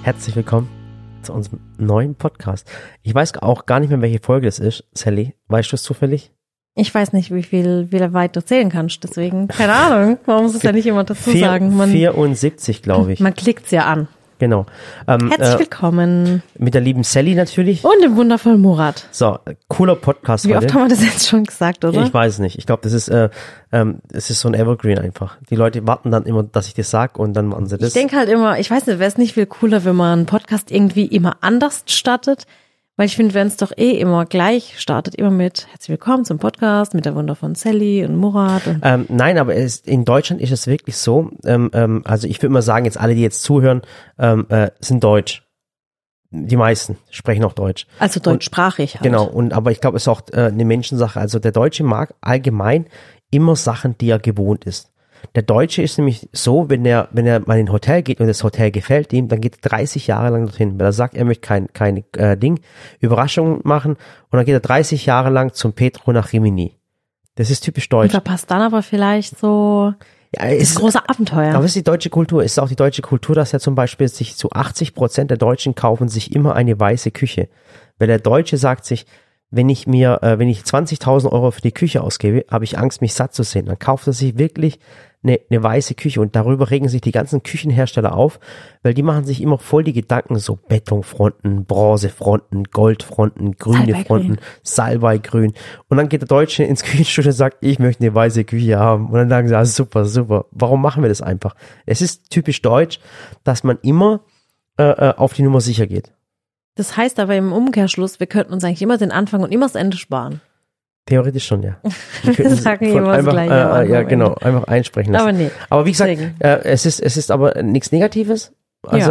Herzlich willkommen zu unserem neuen Podcast. Ich weiß auch gar nicht mehr, welche Folge es ist. Sally, weißt du es zufällig? Ich weiß nicht, wie weit du zählen kannst, deswegen, keine Ahnung, man muss es ja nicht immer dazu sagen. 74, glaube ich. Man klickt's ja an. Genau. Herzlich willkommen. Mit der lieben Sally natürlich. Und dem wundervollen Murat. So, cooler Podcast Wie heute. oft haben wir das jetzt schon gesagt, oder? Ich weiß nicht. Ich glaube, das ist so ein Evergreen einfach. Die Leute warten dann immer, dass ich das sag und dann machen sie das. Ich denke halt immer, ich weiß nicht, wäre es nicht viel cooler, wenn man einen Podcast irgendwie immer anders startet? Weil ich finde, wenn es doch immer gleich startet, immer mit herzlich willkommen zum Podcast mit der wundervollen Sally und Murat. Und Nein, aber in Deutschland ist es wirklich so, also ich würde mal sagen, jetzt alle, die jetzt zuhören, sind deutsch. Die meisten sprechen auch Deutsch. Also deutschsprachig halt. Genau, aber ich glaube, es ist auch eine Menschensache. Also der Deutsche mag allgemein immer Sachen, die er gewohnt ist. Der Deutsche ist nämlich so, wenn er mal in ein Hotel geht und das Hotel gefällt ihm, dann geht er 30 Jahre lang dorthin, weil er sagt, er möchte keine Überraschungen machen und dann geht er 30 Jahre lang zum Petro nach Rimini. Das ist typisch deutsch. Und verpasst dann aber vielleicht so das große Abenteuer. Aber es ist die deutsche Kultur. Es ist auch die deutsche Kultur, dass ja zum Beispiel sich zu 80% der Deutschen kaufen sich immer eine weiße Küche. Weil der Deutsche sagt sich, wenn ich 20.000 Euro für die Küche ausgebe, habe ich Angst, mich satt zu sehen. Dann kauft er sich wirklich eine weiße Küche und darüber regen sich die ganzen Küchenhersteller auf, weil die machen sich immer voll die Gedanken, so Betonfronten, Bronzefronten, Goldfronten, grüne Fronten, Salbeigrün. Und dann geht der Deutsche ins Küchenstudio und sagt, ich möchte eine weiße Küche haben. Und dann sagen sie, super. Warum machen wir das einfach? Es ist typisch deutsch, dass man immer auf die Nummer sicher geht. Das heißt aber im Umkehrschluss, wir könnten uns eigentlich immer den Anfang und immer das Ende sparen. Theoretisch schon, ja. Wir sagen immer das Gleiche. Ja, genau, einfach einsprechen lassen. Aber nee. Aber wie gesagt, es ist aber nichts Negatives. Halt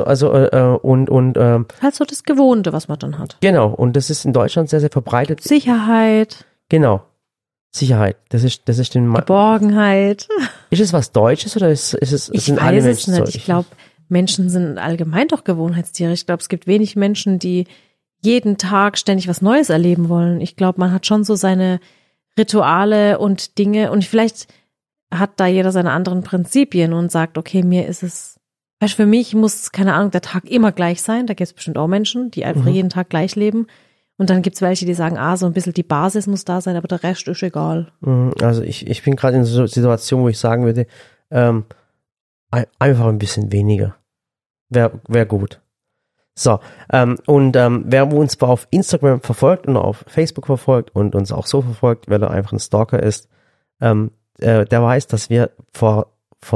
so das Gewohnte, was man dann hat. Genau, und das ist in Deutschland sehr, sehr verbreitet. Sicherheit. Genau. Sicherheit. Das ist Geborgenheit. Ist es was Deutsches oder sind alle Menschen so? Ich glaube, Menschen sind allgemein doch Gewohnheitstiere. Ich glaube, es gibt wenig Menschen, die jeden Tag ständig was Neues erleben wollen. Ich glaube, man hat schon so seine Rituale und Dinge und vielleicht hat da jeder seine anderen Prinzipien und sagt, okay, mir ist es, weißt du, für mich muss, keine Ahnung, der Tag immer gleich sein. Da gibt es bestimmt auch Menschen, die einfach jeden Tag gleich leben. Und dann gibt es welche, die sagen, so ein bisschen die Basis muss da sein, aber der Rest ist egal. Also ich bin gerade in so einer Situation, wo ich sagen würde, einfach ein bisschen weniger. Wär gut. So, wer uns auf Instagram verfolgt und auf Facebook verfolgt und uns auch so verfolgt, weil er einfach ein Stalker ist, der weiß, dass wir vor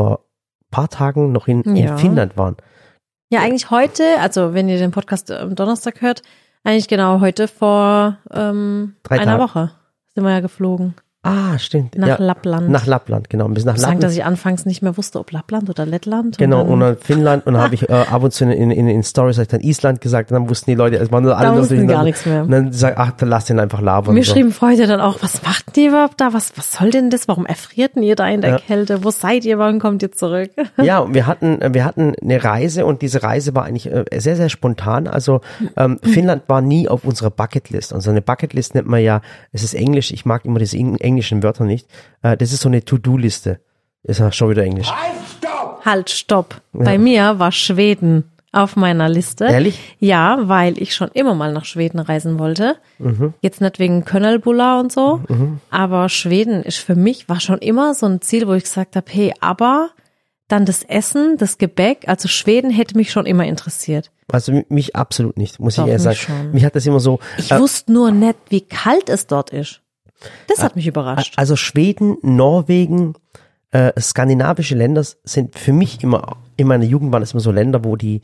paar Tagen noch in Finnland waren. Ja, eigentlich heute, also wenn ihr den Podcast am Donnerstag hört, eigentlich genau heute vor einer Woche sind wir ja geflogen. Stimmt. Nach Lappland. Nach Lappland, genau. Bis nach Lappland. Sagen, dass ich anfangs nicht mehr wusste, ob Lappland oder Lettland. Genau, und dann Finnland und dann habe ich ab und zu in Stories habe ich dann Island gesagt und dann wussten die Leute, es waren alle noch gar nichts mehr. Und dann sagen, dann lass den einfach labern. Mir schrieben Freunde dann auch, was macht ihr überhaupt da? Was soll denn das? Warum erfrierten ihr da in der Kälte? Wo seid ihr? Wann kommt ihr zurück? Ja, wir hatten eine Reise und diese Reise war eigentlich sehr, sehr spontan. Also Finnland war nie auf unserer Bucketlist. Und so eine Bucketlist nennt man ja, es ist Englisch, ich mag immer diese englischen Wörter nicht. Das ist so eine To-Do-Liste. Ist ja schon wieder Englisch. Halt, stopp. Bei mir war Schweden auf meiner Liste. Ehrlich? Ja, weil ich schon immer mal nach Schweden reisen wollte. Jetzt nicht wegen Könelbulla und so, aber Schweden ist für mich, war schon immer so ein Ziel, wo ich gesagt habe, hey, aber dann das Essen, das Gebäck, also Schweden hätte mich schon immer interessiert. Also mich absolut nicht, muss Doch, ich ehrlich sagen. Schon. Mich hat das immer so... Ich wusste nur nicht, wie kalt es dort ist. Das hat mich überrascht. Also Schweden, Norwegen, skandinavische Länder sind für mich immer, in meiner Jugend waren es immer so Länder, wo die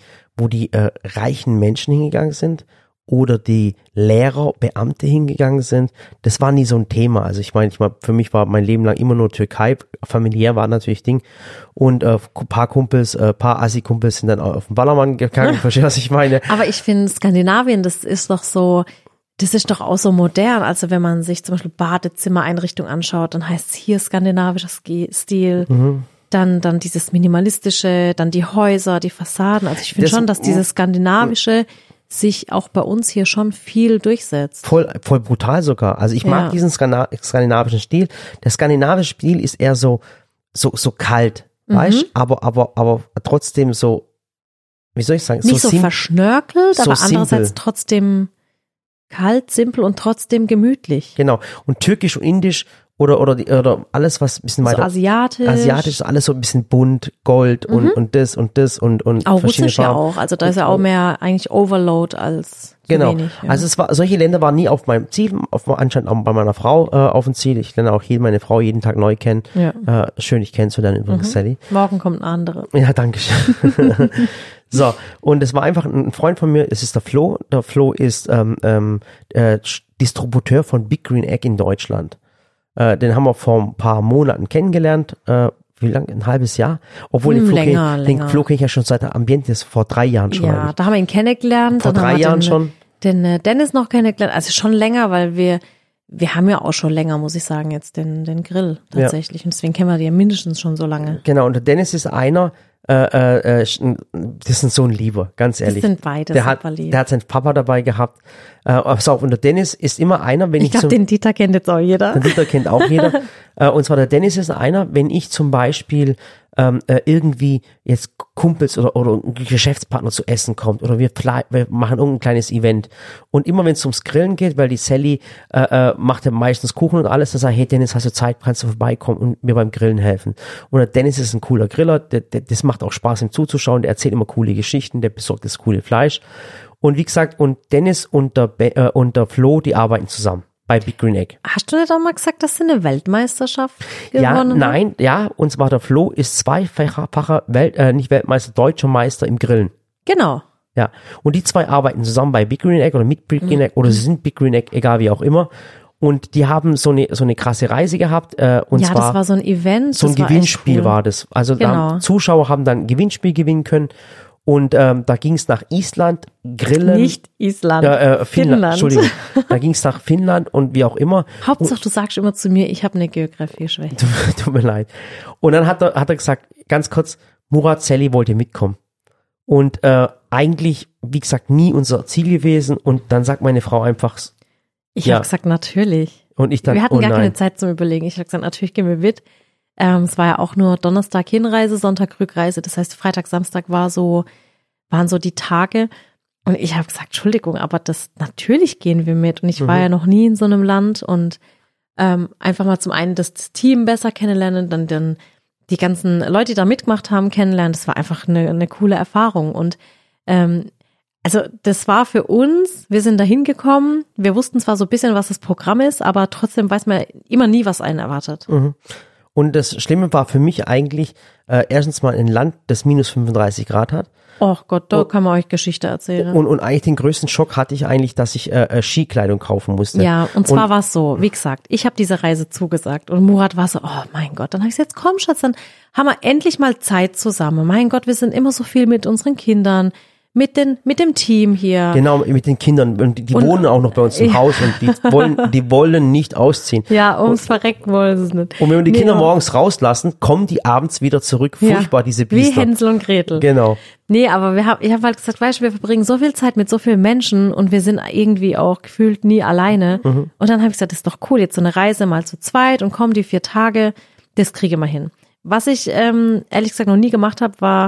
reichen Menschen hingegangen sind oder die Lehrer, Beamte hingegangen sind. Das war nie so ein Thema. Also ich meine, für mich war mein Leben lang immer nur Türkei. Familiär war natürlich Ding. Und paar Assi-Kumpels sind dann auf den Ballermann gegangen. Verstehst du, was ich meine? Aber ich finde Skandinavien, das ist doch auch so modern. Also wenn man sich zum Beispiel Badezimmereinrichtung anschaut, dann heißt es hier skandinavischer Stil. Dann dieses minimalistische, dann die Häuser, die Fassaden. Also ich finde schon, dass dieses skandinavische sich auch bei uns hier schon viel durchsetzt. Voll brutal sogar. Also ich mag diesen skandinavischen Stil. Der skandinavische Stil ist eher so kalt, weißt? Aber trotzdem so wie soll ich sagen, nicht so verschnörkelt, aber so andererseits simpel. trotzdem kalt, simpel und trotzdem gemütlich. Genau. Und türkisch und indisch oder alles, was ein bisschen So weiter. asiatisch. Asiatisch ist alles so ein bisschen bunt, Gold und das und Auch verschiedene russisch ja Farben. auch. Also da ist ja auch mehr eigentlich Overload als zu Genau. wenig. Ja. Also solche Länder waren nie auf meinem Ziel, anscheinend auch bei meiner Frau auf dem Ziel. Ich lerne auch meine Frau jeden Tag neu kennen. Ja. Schön, dich kennenzulernen übrigens, Sally. Morgen kommt eine andere. Ja, danke schön. So, und es war einfach ein Freund von mir, es ist der Flo. Der Flo ist Distributeur von Big Green Egg in Deutschland. Den haben wir vor ein paar Monaten kennengelernt. Wie lange? Ein halbes Jahr? Obwohl den Flo kenne ich ja schon seit der Ambiente, vor 3 Jahren schon. Ja, da haben wir ihn kennengelernt. Vor dann 3 haben wir Jahren schon. Den Dennis noch kennengelernt. Also schon länger, weil wir haben ja auch schon länger, muss ich sagen, jetzt den Grill tatsächlich. Ja. Und deswegen kennen wir den ja mindestens schon so lange. Genau, und der Dennis ist einer, das ist so ein Lieber, ganz ehrlich. Das sind beide super lieb. Der hat seinen Papa dabei gehabt. Pass auf, und der Dennis ist immer einer, wenn ich glaube, den Dieter kennt jetzt auch jeder. Den Dieter kennt auch jeder. Und zwar der Dennis ist einer, wenn ich zum Beispiel irgendwie jetzt Kumpels oder Geschäftspartner zu essen kommt oder wir machen irgendein kleines Event und immer wenn es ums Grillen geht, weil die Sally macht ja meistens Kuchen und alles, dann sage ich, hey Dennis, hast du Zeit, kannst du vorbeikommen und mir beim Grillen helfen. Und der Dennis ist ein cooler Griller, das macht auch Spaß ihm zuzuschauen, der erzählt immer coole Geschichten, der besorgt das coole Fleisch. Und wie gesagt, und Dennis und der Flo, die arbeiten zusammen bei Big Green Egg. Hast du nicht auch mal gesagt, dass sie eine Weltmeisterschaft gewonnen haben? Und zwar der Flo ist zweifacher nicht Weltmeister, deutscher Meister im Grillen. Genau. Ja, und die zwei arbeiten zusammen bei Big Green Egg oder mit Big Green Egg oder sie sind Big Green Egg, egal wie auch immer. Und die haben so eine krasse Reise gehabt. Und ja, zwar das war so ein Event. So ein Gewinnspiel war das. Also da Zuschauer haben dann ein Gewinnspiel gewinnen können. Und da ging es nach Island, Grillen. Nicht Island, Finnland. Entschuldigung. Da ging es nach Finnland und wie auch immer. Hauptsache, du sagst immer zu mir, ich habe eine Geografie-Schwäche. Tut mir leid. Und dann hat er gesagt, ganz kurz, Murat, Sally wollte mitkommen. Und eigentlich, wie gesagt, nie unser Ziel gewesen. Und dann sagt meine Frau einfach, ich habe gesagt, natürlich. Und ich dann, wir hatten gar keine Zeit zum Überlegen. Ich habe gesagt, natürlich gehen wir mit. Es war ja auch nur Donnerstag Hinreise, Sonntag Rückreise. Das heißt, Freitag, Samstag waren so die Tage. Und ich habe gesagt, Entschuldigung, aber natürlich gehen wir mit. Und ich war ja noch nie in so einem Land. Und einfach mal zum einen das Team besser kennenlernen, dann die ganzen Leute, die da mitgemacht haben, kennenlernen. Das war einfach eine coole Erfahrung. Und also das war für uns, wir sind da hingekommen, wir wussten zwar so ein bisschen, was das Programm ist, aber trotzdem weiß man immer nie, was einen erwartet. Und das Schlimme war für mich eigentlich, erstens mal ein Land, das minus 35 Grad hat. Oh Gott, da kann man euch Geschichte erzählen. Und eigentlich den größten Schock hatte ich eigentlich, dass ich Skikleidung kaufen musste. Ja, und zwar war es so, wie gesagt, ich habe diese Reise zugesagt und Murat war so, oh mein Gott, dann habe ich gesagt, komm Schatz, dann haben wir endlich mal Zeit zusammen. Mein Gott, wir sind immer so viel mit unseren Kindern. Mit dem Team hier. Genau, mit den Kindern. Und die wohnen auch noch bei uns im Haus und die wollen nicht ausziehen. Ja, ums Verrecken wollen sie es nicht. Und wenn wir die Kinder morgens rauslassen, kommen die abends wieder zurück. Furchtbar, diese Biester. Wie Hänsel und Gretel. Genau. Nee, aber ich habe halt gesagt, weißt du, wir verbringen so viel Zeit mit so vielen Menschen und wir sind irgendwie auch gefühlt nie alleine. Und dann habe ich gesagt, das ist doch cool, jetzt so eine Reise mal zu zweit und kommen die 4 Tage, das kriege wir hin. Was ich ehrlich gesagt noch nie gemacht habe, war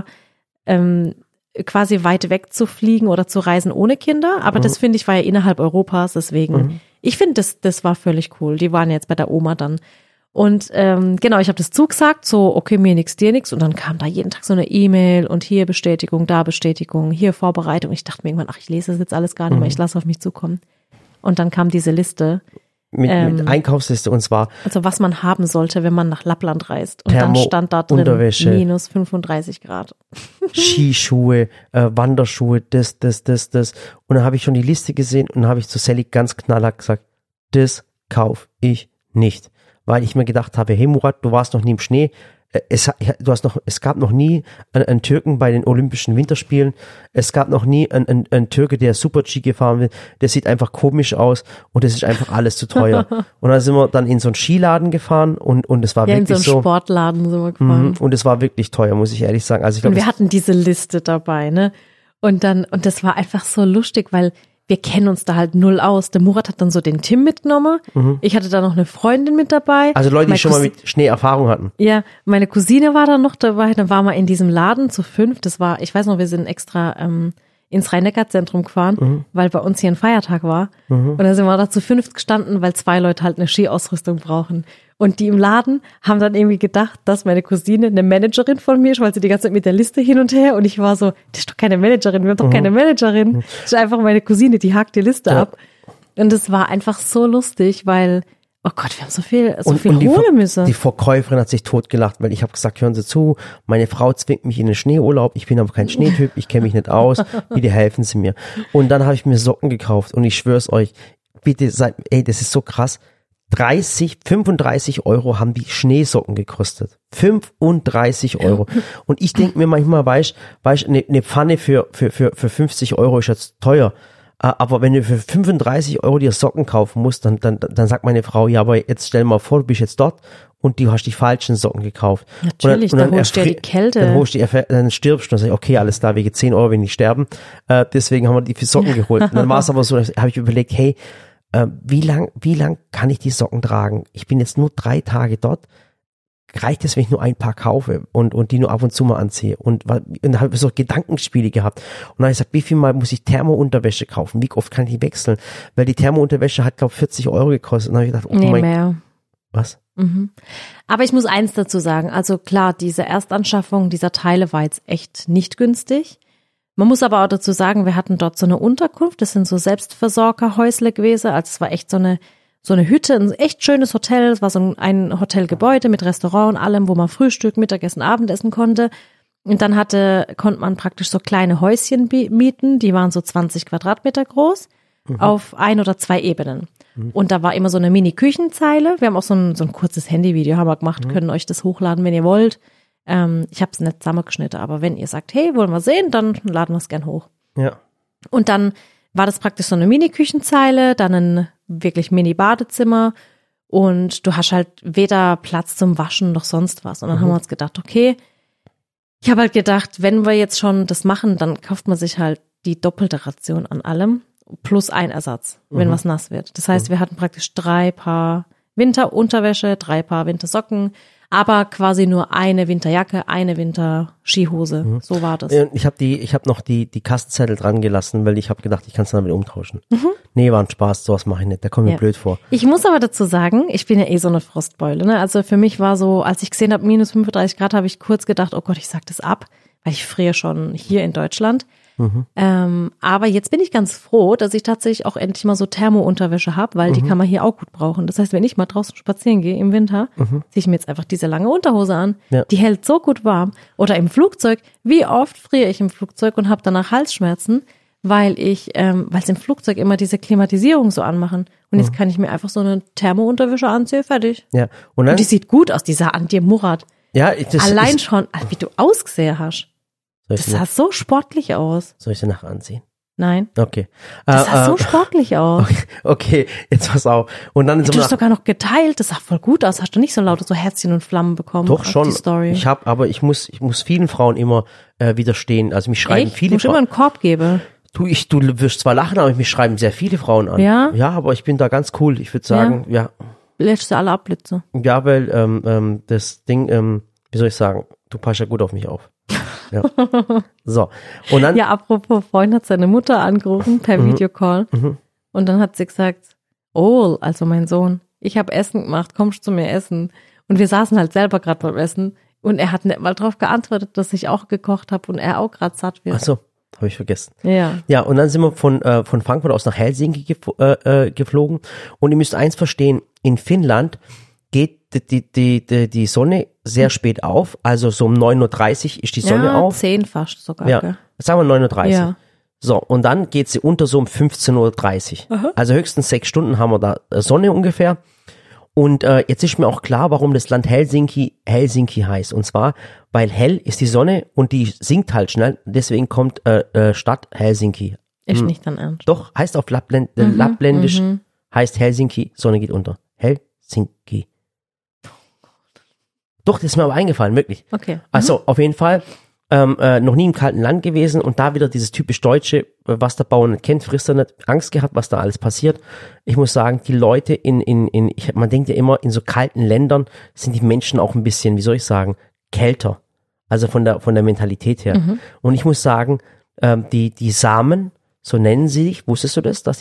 quasi weit weg zu fliegen oder zu reisen ohne Kinder, aber das finde ich war ja innerhalb Europas, deswegen, ich finde das war völlig cool, die waren jetzt bei der Oma dann und genau, ich habe das zugesagt, so okay, mir nix, dir nix und dann kam da jeden Tag so eine E-Mail und hier Bestätigung, da Bestätigung, hier Vorbereitung, ich dachte mir irgendwann, ach, ich lese das jetzt alles gar nicht mehr, ich lasse auf mich zukommen und dann kam diese Liste. Mit Einkaufsliste und zwar. Also was man haben sollte, wenn man nach Lappland reist. Und Thermo, dann stand da drin Unterwäsche, minus 35 Grad. Skischuhe, Wanderschuhe, das. Und dann habe ich schon die Liste gesehen und dann habe ich zu Sally ganz knallhart gesagt, das kaufe ich nicht. Weil ich mir gedacht habe, hey Murat, du warst noch nie im Schnee. Es gab noch nie einen Türken bei den Olympischen Winterspielen. Es gab noch nie einen Türke, der Super-G gefahren will. Der sieht einfach komisch aus und das ist einfach alles zu teuer. Und dann sind wir dann in so einen Skiladen gefahren und es war wirklich so. In so einen Sportladen sind wir gefahren. Und es war wirklich teuer, muss ich ehrlich sagen. Also ich glaub, und wir hatten diese Liste dabei, ne? Und das war einfach so lustig, weil wir kennen uns da halt null aus. Der Murat hat dann so den Tim mitgenommen. Ich hatte da noch eine Freundin mit dabei. Also Leute, die schon mal mit Schnee Erfahrung hatten. Ja, meine Cousine war da noch dabei. Dann waren wir in diesem Laden zu 5. Das war, ich weiß noch, wir sind extra ins Rhein-Neckar-Zentrum gefahren, weil bei uns hier ein Feiertag war. Und dann sind wir da zu 5 gestanden, weil 2 Leute halt eine Skiausrüstung brauchen. Und die im Laden haben dann irgendwie gedacht, dass meine Cousine eine Managerin von mir ist, weil sie die ganze Zeit mit der Liste hin und her. Und ich war so, das ist doch keine Managerin, wir haben doch keine Managerin. Das ist einfach meine Cousine, die hakt die Liste ab. Und es war einfach so lustig, weil, oh Gott, wir haben so viel holen müssen. Die Verkäuferin hat sich totgelacht, weil ich habe gesagt, hören Sie zu, meine Frau zwingt mich in den Schneeurlaub, ich bin aber kein Schneetyp, ich kenne mich nicht aus, bitte helfen Sie mir. Und dann habe ich mir Socken gekauft und ich schwör's euch, bitte seid, das ist so krass, 35 Euro haben die Schneesocken gekostet. 35 Euro. Und ich denke mir manchmal, weißt, eine Pfanne für 50 Euro ist jetzt teuer. Aber wenn du für 35 Euro dir Socken kaufen musst, dann sagt meine Frau, ja, aber jetzt stell mal vor, du bist jetzt dort und du hast die falschen Socken gekauft. Natürlich, dann holst du ja die Kälte. Dann stirbst du und dann sag ich, okay, alles klar, wegen 10 Euro, wenn ich sterben. Deswegen haben wir die für Socken geholt. Und dann war es aber so, habe ich überlegt, hey, wie lang kann ich die Socken tragen? Ich bin jetzt nur 3 Tage dort. Reicht es, wenn ich nur ein paar kaufe und die nur ab und zu mal anziehe? Und dann habe ich so Gedankenspiele gehabt. Und dann habe ich gesagt, wie viel Mal muss ich Thermounterwäsche kaufen? Wie oft kann ich die wechseln? Weil die Thermounterwäsche hat, glaube ich, 40 Euro gekostet. Und dann habe ich gedacht, oh mein mehr. Was? Aber ich muss eins dazu sagen. Also klar, diese Erstanschaffung dieser Teile war jetzt echt nicht günstig. Man muss aber auch dazu sagen, wir hatten dort so eine Unterkunft, das sind so Selbstversorgerhäusle gewesen, also es war echt so eine Hütte, ein echt schönes Hotel, es war so ein Hotelgebäude mit Restaurant und allem, wo man Frühstück, Mittagessen, Abendessen konnte. Und dann konnte man praktisch so kleine Häuschen mieten, die waren so 20 Quadratmeter groß, auf 1 oder 2 Ebenen. Und da war immer so eine Mini-Küchenzeile, wir haben auch so ein kurzes Handyvideo haben wir gemacht, können euch das hochladen, wenn ihr wollt. Ich habe es nicht zusammengeschnitten, aber wenn ihr sagt, hey, wollen wir sehen, dann laden wir es gern hoch. Ja. Und dann war das praktisch so eine Mini-Küchenzeile, dann ein wirklich Mini-Badezimmer und du hast halt weder Platz zum Waschen noch sonst was. Und dann haben wir uns gedacht, okay, ich habe halt gedacht, wenn wir jetzt schon das machen, dann kauft man sich halt die doppelte Ration an allem plus ein Ersatz, wenn was nass wird. Das heißt, wir hatten praktisch 3 Paar Winterunterwäsche, 3 Paar Wintersocken, aber quasi nur eine Winterjacke, eine Winterskihose. So war das. Ich habe noch die Kassenzettel dran gelassen, weil ich habe gedacht, ich kann es damit umtauschen. Nee, war ein Spaß, sowas mache ich nicht, da kommt mir blöd vor. Ich muss aber dazu sagen, ich bin ja so eine Frostbeule. Ne? Also für mich war so, als ich gesehen habe, minus 35 Grad, habe ich kurz gedacht, oh Gott, ich sag das ab, weil ich friere schon hier in Deutschland. Aber jetzt bin ich ganz froh, dass ich tatsächlich auch endlich mal so Thermounterwäsche habe, weil die kann man hier auch gut brauchen. Das heißt, wenn ich mal draußen spazieren gehe im Winter, ziehe ich mir jetzt einfach diese lange Unterhose an. Ja. Die hält so gut warm. Oder im Flugzeug. Wie oft friere ich im Flugzeug und habe danach Halsschmerzen, weil es im Flugzeug immer diese Klimatisierung so anmachen. Und jetzt kann ich mir einfach so eine Thermounterwäsche anziehen, fertig. Ja. Und die sieht gut aus, dieser Antje Murat. Ja, allein schon, wie du ausgesehen hast. Das sah so sportlich aus. Soll ich sie nachher anziehen? Nein. Okay. Das sah so sportlich aus. Okay, jetzt pass auf. Und dann du hast sogar noch geteilt, das sah voll gut aus. Hast du nicht so laute so Herzchen und Flammen bekommen? Doch schon. Die Story? Ich muss vielen Frauen immer widerstehen. Also mich schreiben viele Frauen. Du musst immer einen Korb geben. Du wirst zwar lachen, aber mich schreiben sehr viele Frauen an. Ja? Ja, aber ich bin da ganz cool. Ich würde sagen, ja. Lässt du alle abblitze. Ja, weil das Ding, wie soll ich sagen, du passt ja gut auf mich auf. Ja. So. Und dann. Ja, apropos, Freund hat seine Mutter angerufen per Videocall. Und dann hat sie gesagt, oh, also mein Sohn, ich habe Essen gemacht, kommst du zu mir essen? Und wir saßen halt selber gerade beim Essen und er hat nicht mal drauf geantwortet, dass ich auch gekocht habe und er auch gerade satt wird. Ach so, habe ich vergessen. Ja. Ja, und dann sind wir von Frankfurt aus nach Helsinki geflogen und ihr müsst eins verstehen, in Finnland geht die Sonne sehr spät auf, also so um 9.30 Uhr ist die Sonne auf. 10 fast sogar. Ja, gell? sagen wir 9.30 Uhr. Ja. So, und dann geht sie unter so um 15.30 Uhr. Also höchstens 6 Stunden haben wir da Sonne ungefähr. Und jetzt ist mir auch klar, warum das Land Helsinki heißt. Und zwar, weil hell ist die Sonne und die sinkt halt schnell. Deswegen kommt Stadt Helsinki. Ist nicht dein Ernst. Doch, heißt auf Lappländisch, heißt Helsinki, Sonne geht unter. Helsinki. Doch, das ist mir aber eingefallen, wirklich. Okay. Also auf jeden Fall. noch nie im kalten Land gewesen und da wieder dieses typisch Deutsche, was der Bauer nicht kennt, frisst er nicht, Angst gehabt, was da alles passiert. Ich muss sagen, die Leute man denkt ja immer, in so kalten Ländern sind die Menschen auch ein bisschen, wie soll ich sagen, kälter. Also von der Mentalität her. Und ich muss sagen, die Samen, so nennen sie sich, wusstest du das, dass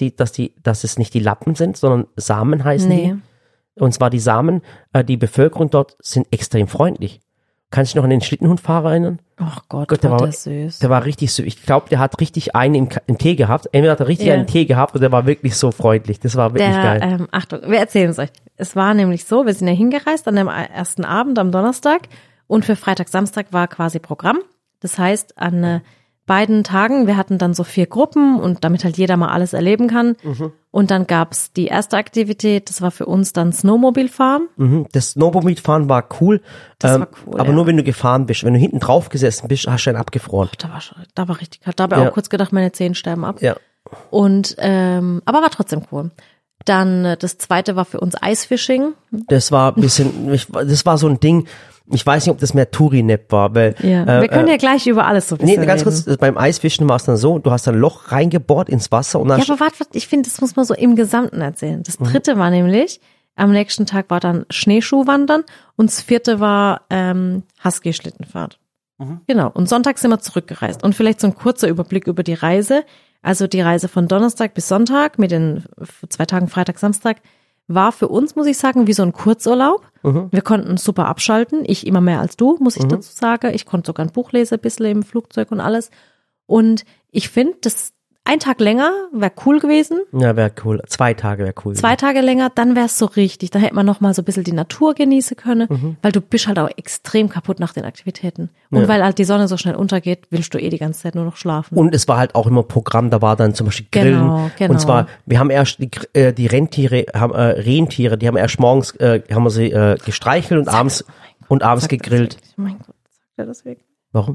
es nicht die Lappen sind, sondern Samen heißen die? Und zwar die Samen, die Bevölkerung dort sind extrem freundlich. Kannst du dich noch an den Schlittenhundfahrer erinnern? Ach Gott, der war süß. Der war richtig süß. Ich glaube, der hat richtig einen im Tee gehabt. Entweder hat er richtig einen Tee gehabt oder der war wirklich so freundlich. Das war wirklich geil. Achtung, wir erzählen es euch. Es war nämlich so, wir sind ja hingereist an dem ersten Abend am Donnerstag und für Freitag, Samstag war quasi Programm. Das heißt, an beiden Tagen, wir hatten dann so 4 Gruppen und damit halt jeder mal alles erleben kann. Und dann gab's die erste Aktivität, das war für uns dann Snowmobilfahren. Das Snowmobilfahren war cool. Das war cool, aber nur wenn du gefahren bist. Wenn du hinten drauf gesessen bist, hast du einen abgefroren. Da war richtig kalt. Da habe ich auch kurz gedacht, meine Zehen sterben ab. Ja. Und, aber war trotzdem cool. Dann das zweite war für uns Eisfishing. Das war ein bisschen, das war so ein Ding, ich weiß nicht, ob das mehr Tourinep war, weil wir können ja gleich über alles so ein bisschen ganz kurz, beim Eisfischen war es dann so, du hast ein Loch reingebohrt ins Wasser und dann... Ja, aber warte, ich finde, das muss man so im Gesamten erzählen. Das dritte war nämlich, am nächsten Tag war dann Schneeschuhwandern und das vierte war Husky-Schlittenfahrt. Genau, und Sonntag sind wir zurückgereist. Und vielleicht so ein kurzer Überblick über die Reise. Also die Reise von Donnerstag bis Sonntag mit den 2 Tagen Freitag, Samstag war für uns, muss ich sagen, wie so ein Kurzurlaub. Wir konnten super abschalten. Ich immer mehr als du, muss ich dazu sagen. Ich konnte sogar ein Buch lesen, ein bisschen im Flugzeug und alles. Und ich finde, das ein Tag länger wäre cool gewesen. Ja, wäre cool. 2 Tage wäre cool. 2 Tage länger, dann wäre es so richtig. Da hätte man noch mal so ein bisschen die Natur genießen können, weil du bist halt auch extrem kaputt nach den Aktivitäten. Und weil halt die Sonne so schnell untergeht, willst du die ganze Zeit nur noch schlafen. Und es war halt auch immer Programm, da war dann zum Beispiel Grillen. Genau. Und zwar, wir haben erst die Rentiere, Rentiere, die haben erst morgens, haben wir sie gestreichelt und abends gegrillt. Mein Gott, sagt er das wirklich? Warum?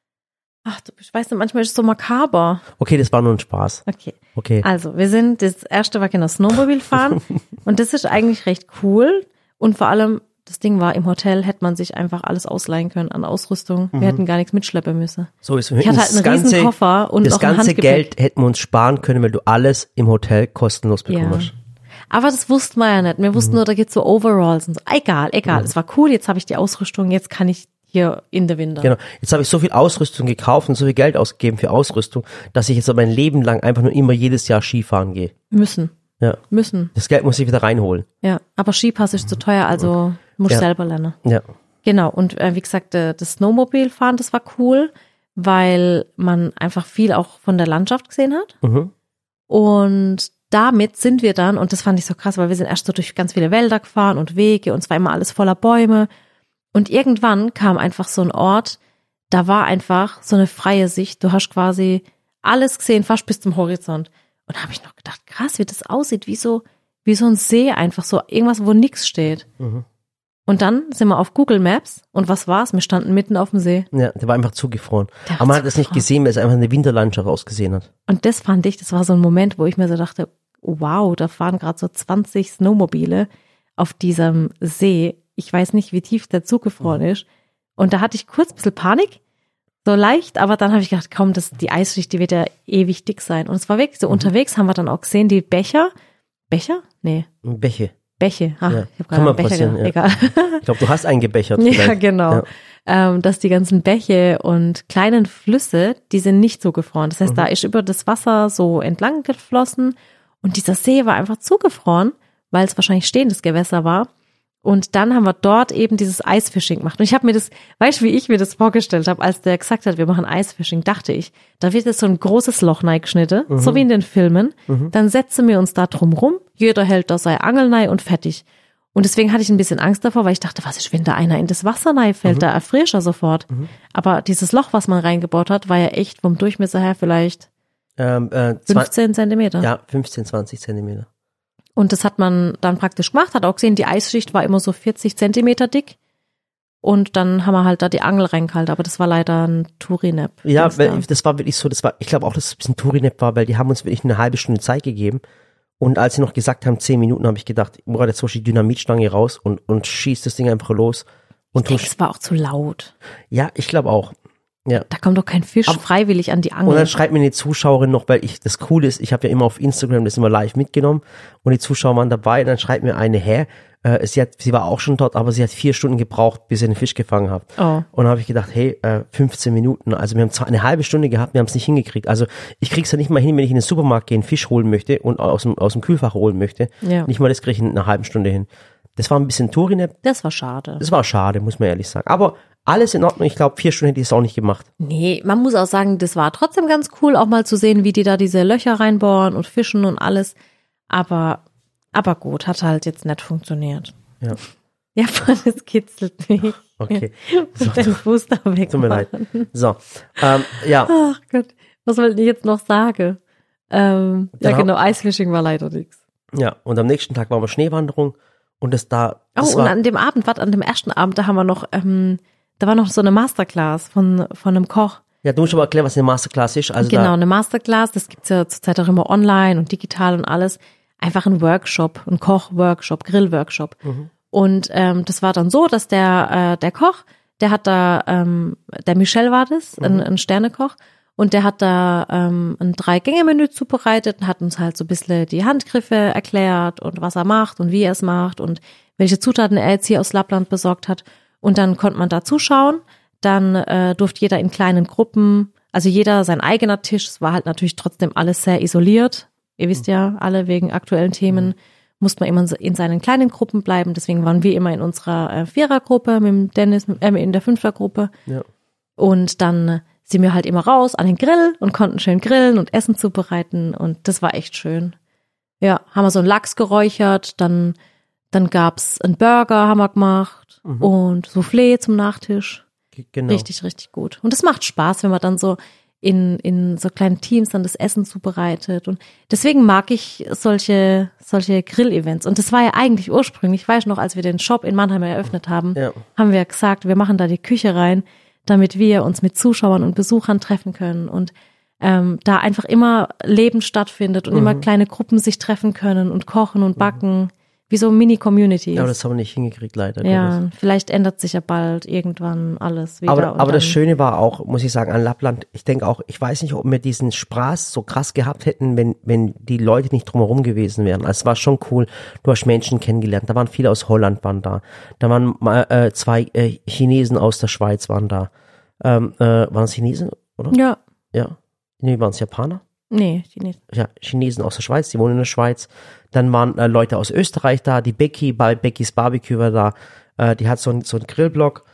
Ach, du weißt du, manchmal ist es so makaber. Okay, das war nur ein Spaß. Okay. Also, das erste war genau Snowmobil fahren und das ist eigentlich recht cool und vor allem, das Ding war, im Hotel hätte man sich einfach alles ausleihen können an Ausrüstung. Wir hätten gar nichts mitschleppen müssen. So ist ich hatte halt einen riesen Koffer und das auch ein ganze Handgepäck. Geld hätten wir uns sparen können, weil du alles im Hotel kostenlos bekommen hast. Aber das wussten wir ja nicht. Wir wussten nur, da gibt's so Overalls und so. Egal. Es war cool, jetzt habe ich die Ausrüstung, jetzt kann ich hier in der Winter. Genau. Jetzt habe ich so viel Ausrüstung gekauft und so viel Geld ausgegeben für Ausrüstung, dass ich jetzt mein Leben lang einfach nur immer jedes Jahr Skifahren gehe. Müssen. Das Geld muss ich wieder reinholen. Ja, aber Skipass ist zu teuer, also muss ich selber lernen. Ja. Genau. Und wie gesagt, das Snowmobilfahren, das war cool, weil man einfach viel auch von der Landschaft gesehen hat. Und damit sind wir dann, und das fand ich so krass, weil wir sind erst so durch ganz viele Wälder gefahren und Wege und es war immer alles voller Bäume. Und irgendwann kam einfach so ein Ort, da war einfach so eine freie Sicht. Du hast quasi alles gesehen, fast bis zum Horizont. Und da habe ich noch gedacht, krass, wie das aussieht, wie so ein See einfach, so irgendwas, wo nichts steht. Und dann sind wir auf Google Maps und was war's? Wir standen mitten auf dem See. Ja, der war einfach zugefroren. Aber man hat es nicht gesehen, weil es einfach eine Winterlandschaft ausgesehen hat. Und das fand ich, das war so ein Moment, wo ich mir so dachte, wow, da fahren gerade so 20 Snowmobile auf diesem See. Ich weiß nicht, wie tief der zugefroren ist. Und da hatte ich kurz ein bisschen Panik, so leicht, aber dann habe ich gedacht, komm, die Eisschicht, die wird ja ewig dick sein. Und es war wirklich so, unterwegs haben wir dann auch gesehen, die Becher? Nee. Bäche. Ach, Ja. ich habe gerade einen Becher gedacht. Egal. Ich glaube, du hast einen gebechert. Ja, genau. Ja. Dass die ganzen Bäche und kleinen Flüsse, die sind nicht zugefroren. Das heißt, da ist über das Wasser so entlang geflossen und dieser See war einfach zugefroren, weil es wahrscheinlich stehendes Gewässer war. Und dann haben wir dort eben dieses Eisfishing gemacht. Und ich habe mir das, weißt du, wie ich mir das vorgestellt habe, als der gesagt hat, wir machen Eisfishing, dachte ich, da wird jetzt so ein großes Loch reingeschnitten, so wie in den Filmen. Dann setzen wir uns da drum rum, jeder hält da seine Angel rein und fertig. Und deswegen hatte ich ein bisschen Angst davor, weil ich dachte, was ist, wenn da einer in das Wasser reinfällt, da erfrierst du sofort. Aber dieses Loch, was man reingebohrt hat, war ja echt vom Durchmesser her vielleicht 15 Zentimeter. Ja, 15, 20 Zentimeter. Und das hat man dann praktisch gemacht, hat auch gesehen, die Eisschicht war immer so 40 Zentimeter dick. Und dann haben wir halt da die Angel reingehalten, aber das war leider ein Tourinep. Ja, weil das war wirklich so, ich glaube auch, dass es ein bisschen Tourinep war, weil die haben uns wirklich eine halbe Stunde Zeit gegeben. Und als sie noch gesagt haben, 10 Minuten, habe ich gedacht, ich brauche jetzt zum Beispiel die Dynamitstange raus und schießt das Ding einfach los. Und ich denke, es war auch zu laut. Ja, ich glaube auch. Ja. Da kommt doch kein Fisch freiwillig an die Angel. Und dann schreibt mir eine Zuschauerin noch, weil das Coole ist, ich habe ja immer auf Instagram das immer live mitgenommen und die Zuschauer waren dabei und dann schreibt mir eine, sie war auch schon dort, aber sie hat 4 Stunden gebraucht, bis sie den Fisch gefangen hat. Oh. Und dann habe ich gedacht, hey, 15 Minuten, also wir haben zwar eine halbe Stunde gehabt, wir haben es nicht hingekriegt. Also ich krieg's ja nicht mal hin, wenn ich in den Supermarkt gehe, einen Fisch holen möchte und aus dem Kühlfach holen möchte. Ja. Nicht mal das kriege ich in einer halben Stunde hin. Das war ein bisschen Tourinep. Das war schade. Das war schade, muss man ehrlich sagen. Aber alles in Ordnung. Ich glaube, 4 Stunden hätte ich es auch nicht gemacht. Nee, man muss auch sagen, das war trotzdem ganz cool, auch mal zu sehen, wie die da diese Löcher reinbohren und fischen und alles. Aber gut, hat halt jetzt nicht funktioniert. Ja. Ja, das kitzelt mich. Okay. So. Den Fuß da weg. Tut mir leid. So, ja. Ach Gott, was wollte ich jetzt noch sagen? Ja genau, Eisfishing war leider nichts. Ja, und am nächsten Tag waren wir Schneewanderung und das und an dem Abend, an dem ersten Abend, da haben wir noch, da war noch so eine Masterclass von einem Koch. Ja, du musst aber erklären, was eine Masterclass ist. Also genau, eine Masterclass, das gibt's ja zurzeit auch immer online und digital und alles. Einfach ein Workshop, ein Koch-Workshop, Grill-Workshop. Mhm. Und das war dann so, dass der Koch, der hat da, der Michel war das, ein Sternekoch, und der hat da ein 3-Gänge-Menü zubereitet und hat uns halt so ein bisschen die Handgriffe erklärt und was er macht und wie er es macht und welche Zutaten er jetzt hier aus Lappland besorgt hat. Und dann konnte man da zuschauen. Dann durfte jeder in kleinen Gruppen, also jeder sein eigener Tisch. Es war halt natürlich trotzdem alles sehr isoliert. Ihr wisst ja alle, wegen aktuellen Themen musste man immer in seinen kleinen Gruppen bleiben. Deswegen waren wir immer in unserer 4er-Gruppe, mit dem Dennis in der 5er-Gruppe. Ja. Und dann sind wir halt immer raus an den Grill und konnten schön grillen und Essen zubereiten. Und das war echt schön. Ja, haben wir so einen Lachs geräuchert, dann gab's einen Burger, haben wir gemacht und Soufflé zum Nachtisch. Genau. Richtig, richtig gut. Und es macht Spaß, wenn man dann so in so kleinen Teams dann das Essen zubereitet. Und deswegen mag ich solche Grill-Events. Und das war ja eigentlich ursprünglich, ich weiß noch, als wir den Shop in Mannheim eröffnet haben, haben wir gesagt, wir machen da die Küche rein, damit wir uns mit Zuschauern und Besuchern treffen können und da einfach immer Leben stattfindet und immer kleine Gruppen sich treffen können und kochen und backen. Wie so Mini-Communities. Ja, aber das haben wir nicht hingekriegt, leider. Ja, vielleicht ändert sich ja bald irgendwann alles wieder. Aber das Schöne war auch, muss ich sagen, an Lappland, ich denke auch, ich weiß nicht, ob wir diesen Spaß so krass gehabt hätten, wenn die Leute nicht drumherum gewesen wären. Also es war schon cool, du hast Menschen kennengelernt, da waren viele aus Holland waren da waren 2 Chinesen aus der Schweiz waren da. Waren es Chinesen, oder? Ja. Ja. Nee, waren es Japaner? Nee, Chinesen. Ja, Chinesen aus der Schweiz, die wohnen in der Schweiz. Dann waren Leute aus Österreich da, die Becky bei Beckys Barbecue war da, die hat so einen Grillblock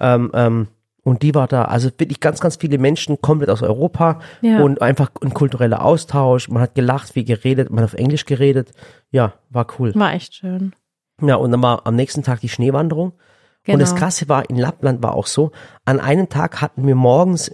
und die war da. Also wirklich ganz, ganz viele Menschen, komplett aus Europa und einfach ein kultureller Austausch. Man hat gelacht, viel geredet, man hat auf Englisch geredet. Ja, war cool. War echt schön. Ja, und dann war am nächsten Tag die Schneewanderung. Genau. Und das Krasse war, in Lappland war auch so, an einem Tag hatten wir morgens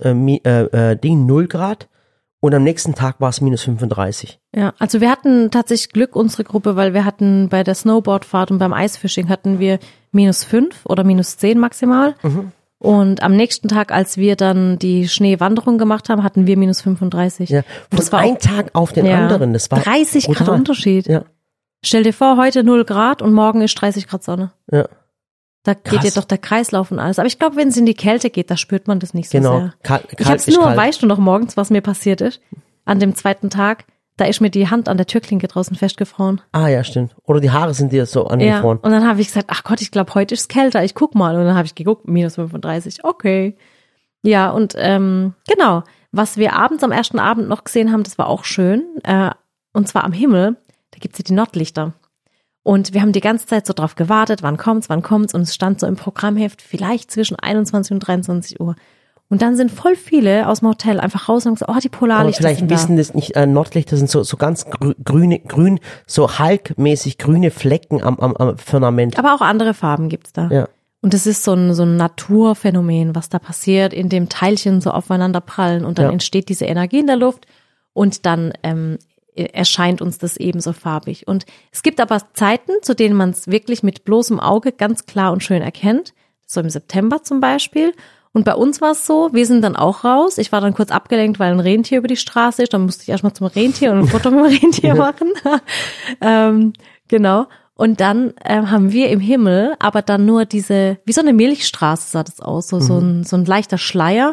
0 Grad. Und am nächsten Tag war es minus 35. Ja, also wir hatten tatsächlich Glück, unsere Gruppe, weil wir hatten bei der Snowboardfahrt und beim Eisfishing hatten wir minus 5 oder minus 10 maximal. Und am nächsten Tag, als wir dann die Schneewanderung gemacht haben, hatten wir minus 35. Ja, von einem Tag auf den anderen. Das war 30 brutal. Grad Unterschied. Ja. Stell dir vor, heute 0 Grad und morgen ist 30 Grad Sonne. Ja. Da geht dir doch der Kreislauf und alles. Aber ich glaube, wenn es in die Kälte geht, da spürt man das nicht so sehr. Ich hab's nur, weißt du noch morgens, was mir passiert ist? An dem zweiten Tag, da ist mir die Hand an der Türklinke draußen festgefroren. Ah ja, stimmt. Oder die Haare sind dir so angefroren. Ja, und dann habe ich gesagt, ach Gott, ich glaube, heute ist es kälter, ich guck mal. Und dann habe ich geguckt, minus 35, okay. Ja, und genau, was wir abends am ersten Abend noch gesehen haben, das war auch schön. Und zwar am Himmel, da gibt's ja die Nordlichter. Und wir haben die ganze Zeit so drauf gewartet, wann kommt's, und es stand so im Programmheft, vielleicht zwischen 21 und 23 Uhr. Und dann sind voll viele aus dem Hotel einfach raus und gesagt, oh, die Polarlichter sind da. Aber vielleicht wissen das nicht, Nordlichter sind so ganz grün, so halkmäßig grüne Flecken am Firmament. Aber auch andere Farben gibt's da. Ja. Und das ist so ein Naturphänomen, was da passiert, in dem Teilchen so aufeinander prallen und dann entsteht diese Energie in der Luft und dann erscheint uns das ebenso farbig. Und es gibt aber Zeiten, zu denen man es wirklich mit bloßem Auge ganz klar und schön erkennt. So im September zum Beispiel. Und bei uns war es so, wir sind dann auch raus. Ich war dann kurz abgelenkt, weil ein Rentier über die Straße ist. Dann musste ich erstmal zum Rentier und ein Foto mit dem Rentier machen. Genau. Und dann haben wir im Himmel aber dann nur diese, wie so eine Milchstraße sah das aus, so ein leichter Schleier.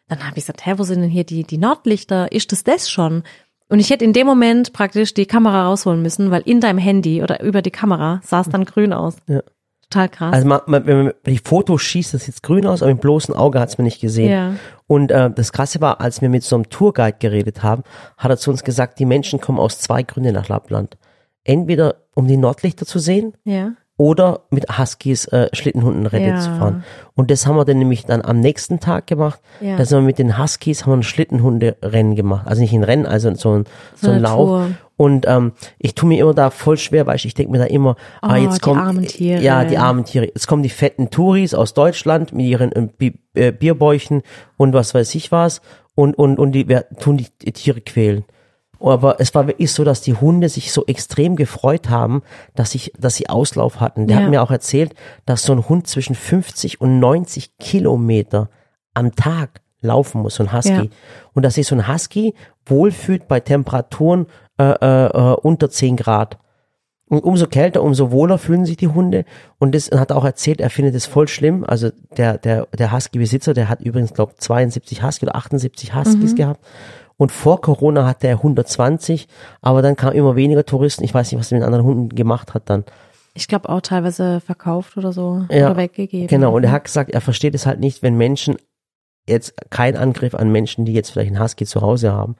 Dann habe ich gesagt, wo sind denn hier die Nordlichter? Ist das schon? Und ich hätte in dem Moment praktisch die Kamera rausholen müssen, weil in deinem Handy oder über die Kamera sah es dann grün aus. Ja. Total krass. Also wenn man die Fotos schießt, das sieht grün aus, aber im bloßen Auge hat es mir nicht gesehen. Ja. Und das Krasse war, als wir mit so einem Tourguide geredet haben, hat er zu uns gesagt, die Menschen kommen aus 2 Gründen nach Lappland. Entweder um die Nordlichter zu sehen, Ja. oder mit Huskies Schlittenhundenrennen zu fahren. Und das haben wir dann nämlich dann am nächsten Tag gemacht. Ja. Da sind wir mit den Huskies, haben wir ein Schlittenhunderennen gemacht. Also nicht ein Rennen, also so ein Lauf. Tour. Und ich tue mir immer da voll schwer, weil ich denke mir da immer, jetzt die kommt, armen Tiere. ja, die armen Tiere. Jetzt kommen die fetten Touris aus Deutschland mit ihren Bierbäuchen und was weiß ich was und die tun die Tiere quälen. Aber es war wirklich so, dass die Hunde sich so extrem gefreut haben, dass sie Auslauf hatten. Der hat mir auch erzählt, dass so ein Hund zwischen 50 und 90 Kilometer am Tag laufen muss, so ein Husky. Ja. Und dass sich so ein Husky wohlfühlt bei Temperaturen unter 10 Grad. Und umso kälter, umso wohler fühlen sich die Hunde. Und das hat er auch erzählt, er findet es voll schlimm. Also der Husky-Besitzer, der hat übrigens, glaube ich, 72 Husky oder 78 Huskys gehabt. Und vor Corona hatte er 120, aber dann kamen immer weniger Touristen. Ich weiß nicht, was er mit den anderen Hunden gemacht hat dann. Ich glaube auch teilweise verkauft oder so oder weggegeben. Genau, und er hat gesagt, er versteht es halt nicht, wenn Menschen, jetzt kein Angriff an Menschen, die jetzt vielleicht einen Husky zu Hause haben.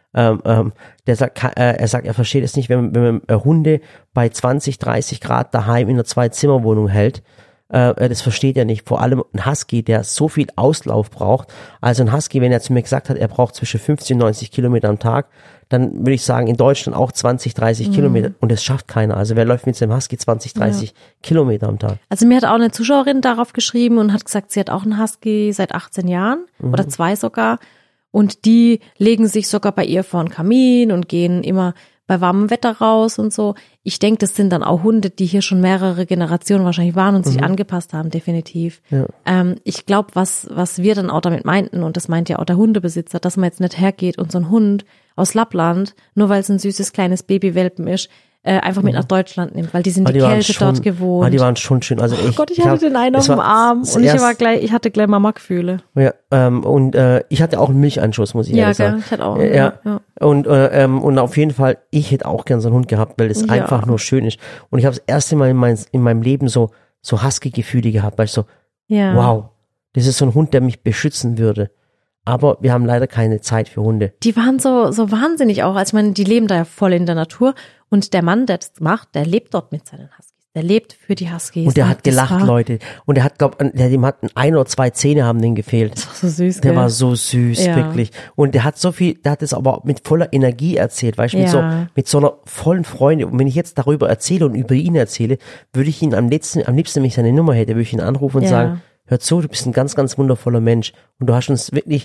Er sagt, er versteht es nicht, wenn man Hunde bei 20, 30 Grad daheim in einer 2-Zimmer-Wohnung hält. Das versteht er nicht. Vor allem ein Husky, der so viel Auslauf braucht. Also ein Husky, wenn er zu mir gesagt hat, er braucht zwischen 50 und 90 Kilometer am Tag, dann würde ich sagen, in Deutschland auch 20, 30 Kilometer. Und das schafft keiner. Also wer läuft mit seinem Husky 20, 30 Kilometer am Tag? Also mir hat auch eine Zuschauerin darauf geschrieben und hat gesagt, sie hat auch einen Husky seit 18 Jahren oder 2 sogar. Und die legen sich sogar bei ihr vor den Kamin und gehen immer bei warmem Wetter raus und so. Ich denke, das sind dann auch Hunde, die hier schon mehrere Generationen wahrscheinlich waren und sich angepasst haben, definitiv. Ja. Ich glaube, was wir dann auch damit meinten, und das meint ja auch der Hundebesitzer, dass man jetzt nicht hergeht und so einen Hund aus Lappland, nur weil es ein süßes kleines Babywelpen ist, einfach mit nach Deutschland nimmt, weil die sind die Kälte dort gewohnt. Die waren schon schön. Also oh Gott, ich hatte den einen auf dem Arm und ich hatte gleich Mama-Gefühle. Ja, ich hatte auch einen Milchanschuss, muss ich ehrlich sagen. Ja, ich hatte auch. Ja. Und auf jeden Fall, ich hätte auch gern so einen Hund gehabt, weil das einfach nur schön ist. Und ich habe das erste Mal in meinem Leben so Husky-Gefühle gehabt, weil ich so, wow, das ist so ein Hund, der mich beschützen würde. Aber wir haben leider keine Zeit für Hunde. Die waren so wahnsinnig auch. Also ich meine, die leben da ja voll in der Natur. Und der Mann, der das macht, der lebt dort mit seinen Huskys. Der lebt für die Huskys. Und der hat gelacht, Leute. Und der hat, dem hatten 1 oder 2 Zähne haben den gefehlt. Das war so süß, Der war so süß, wirklich. Und der hat der hat es aber mit voller Energie erzählt, weißt du, mit so einer vollen Freude. Und wenn ich jetzt darüber erzähle und über ihn erzähle, würde ich ihn am liebsten, wenn ich seine Nummer hätte, würde ich ihn anrufen und sagen, hör zu, du bist ein ganz, ganz wundervoller Mensch. Und du hast uns wirklich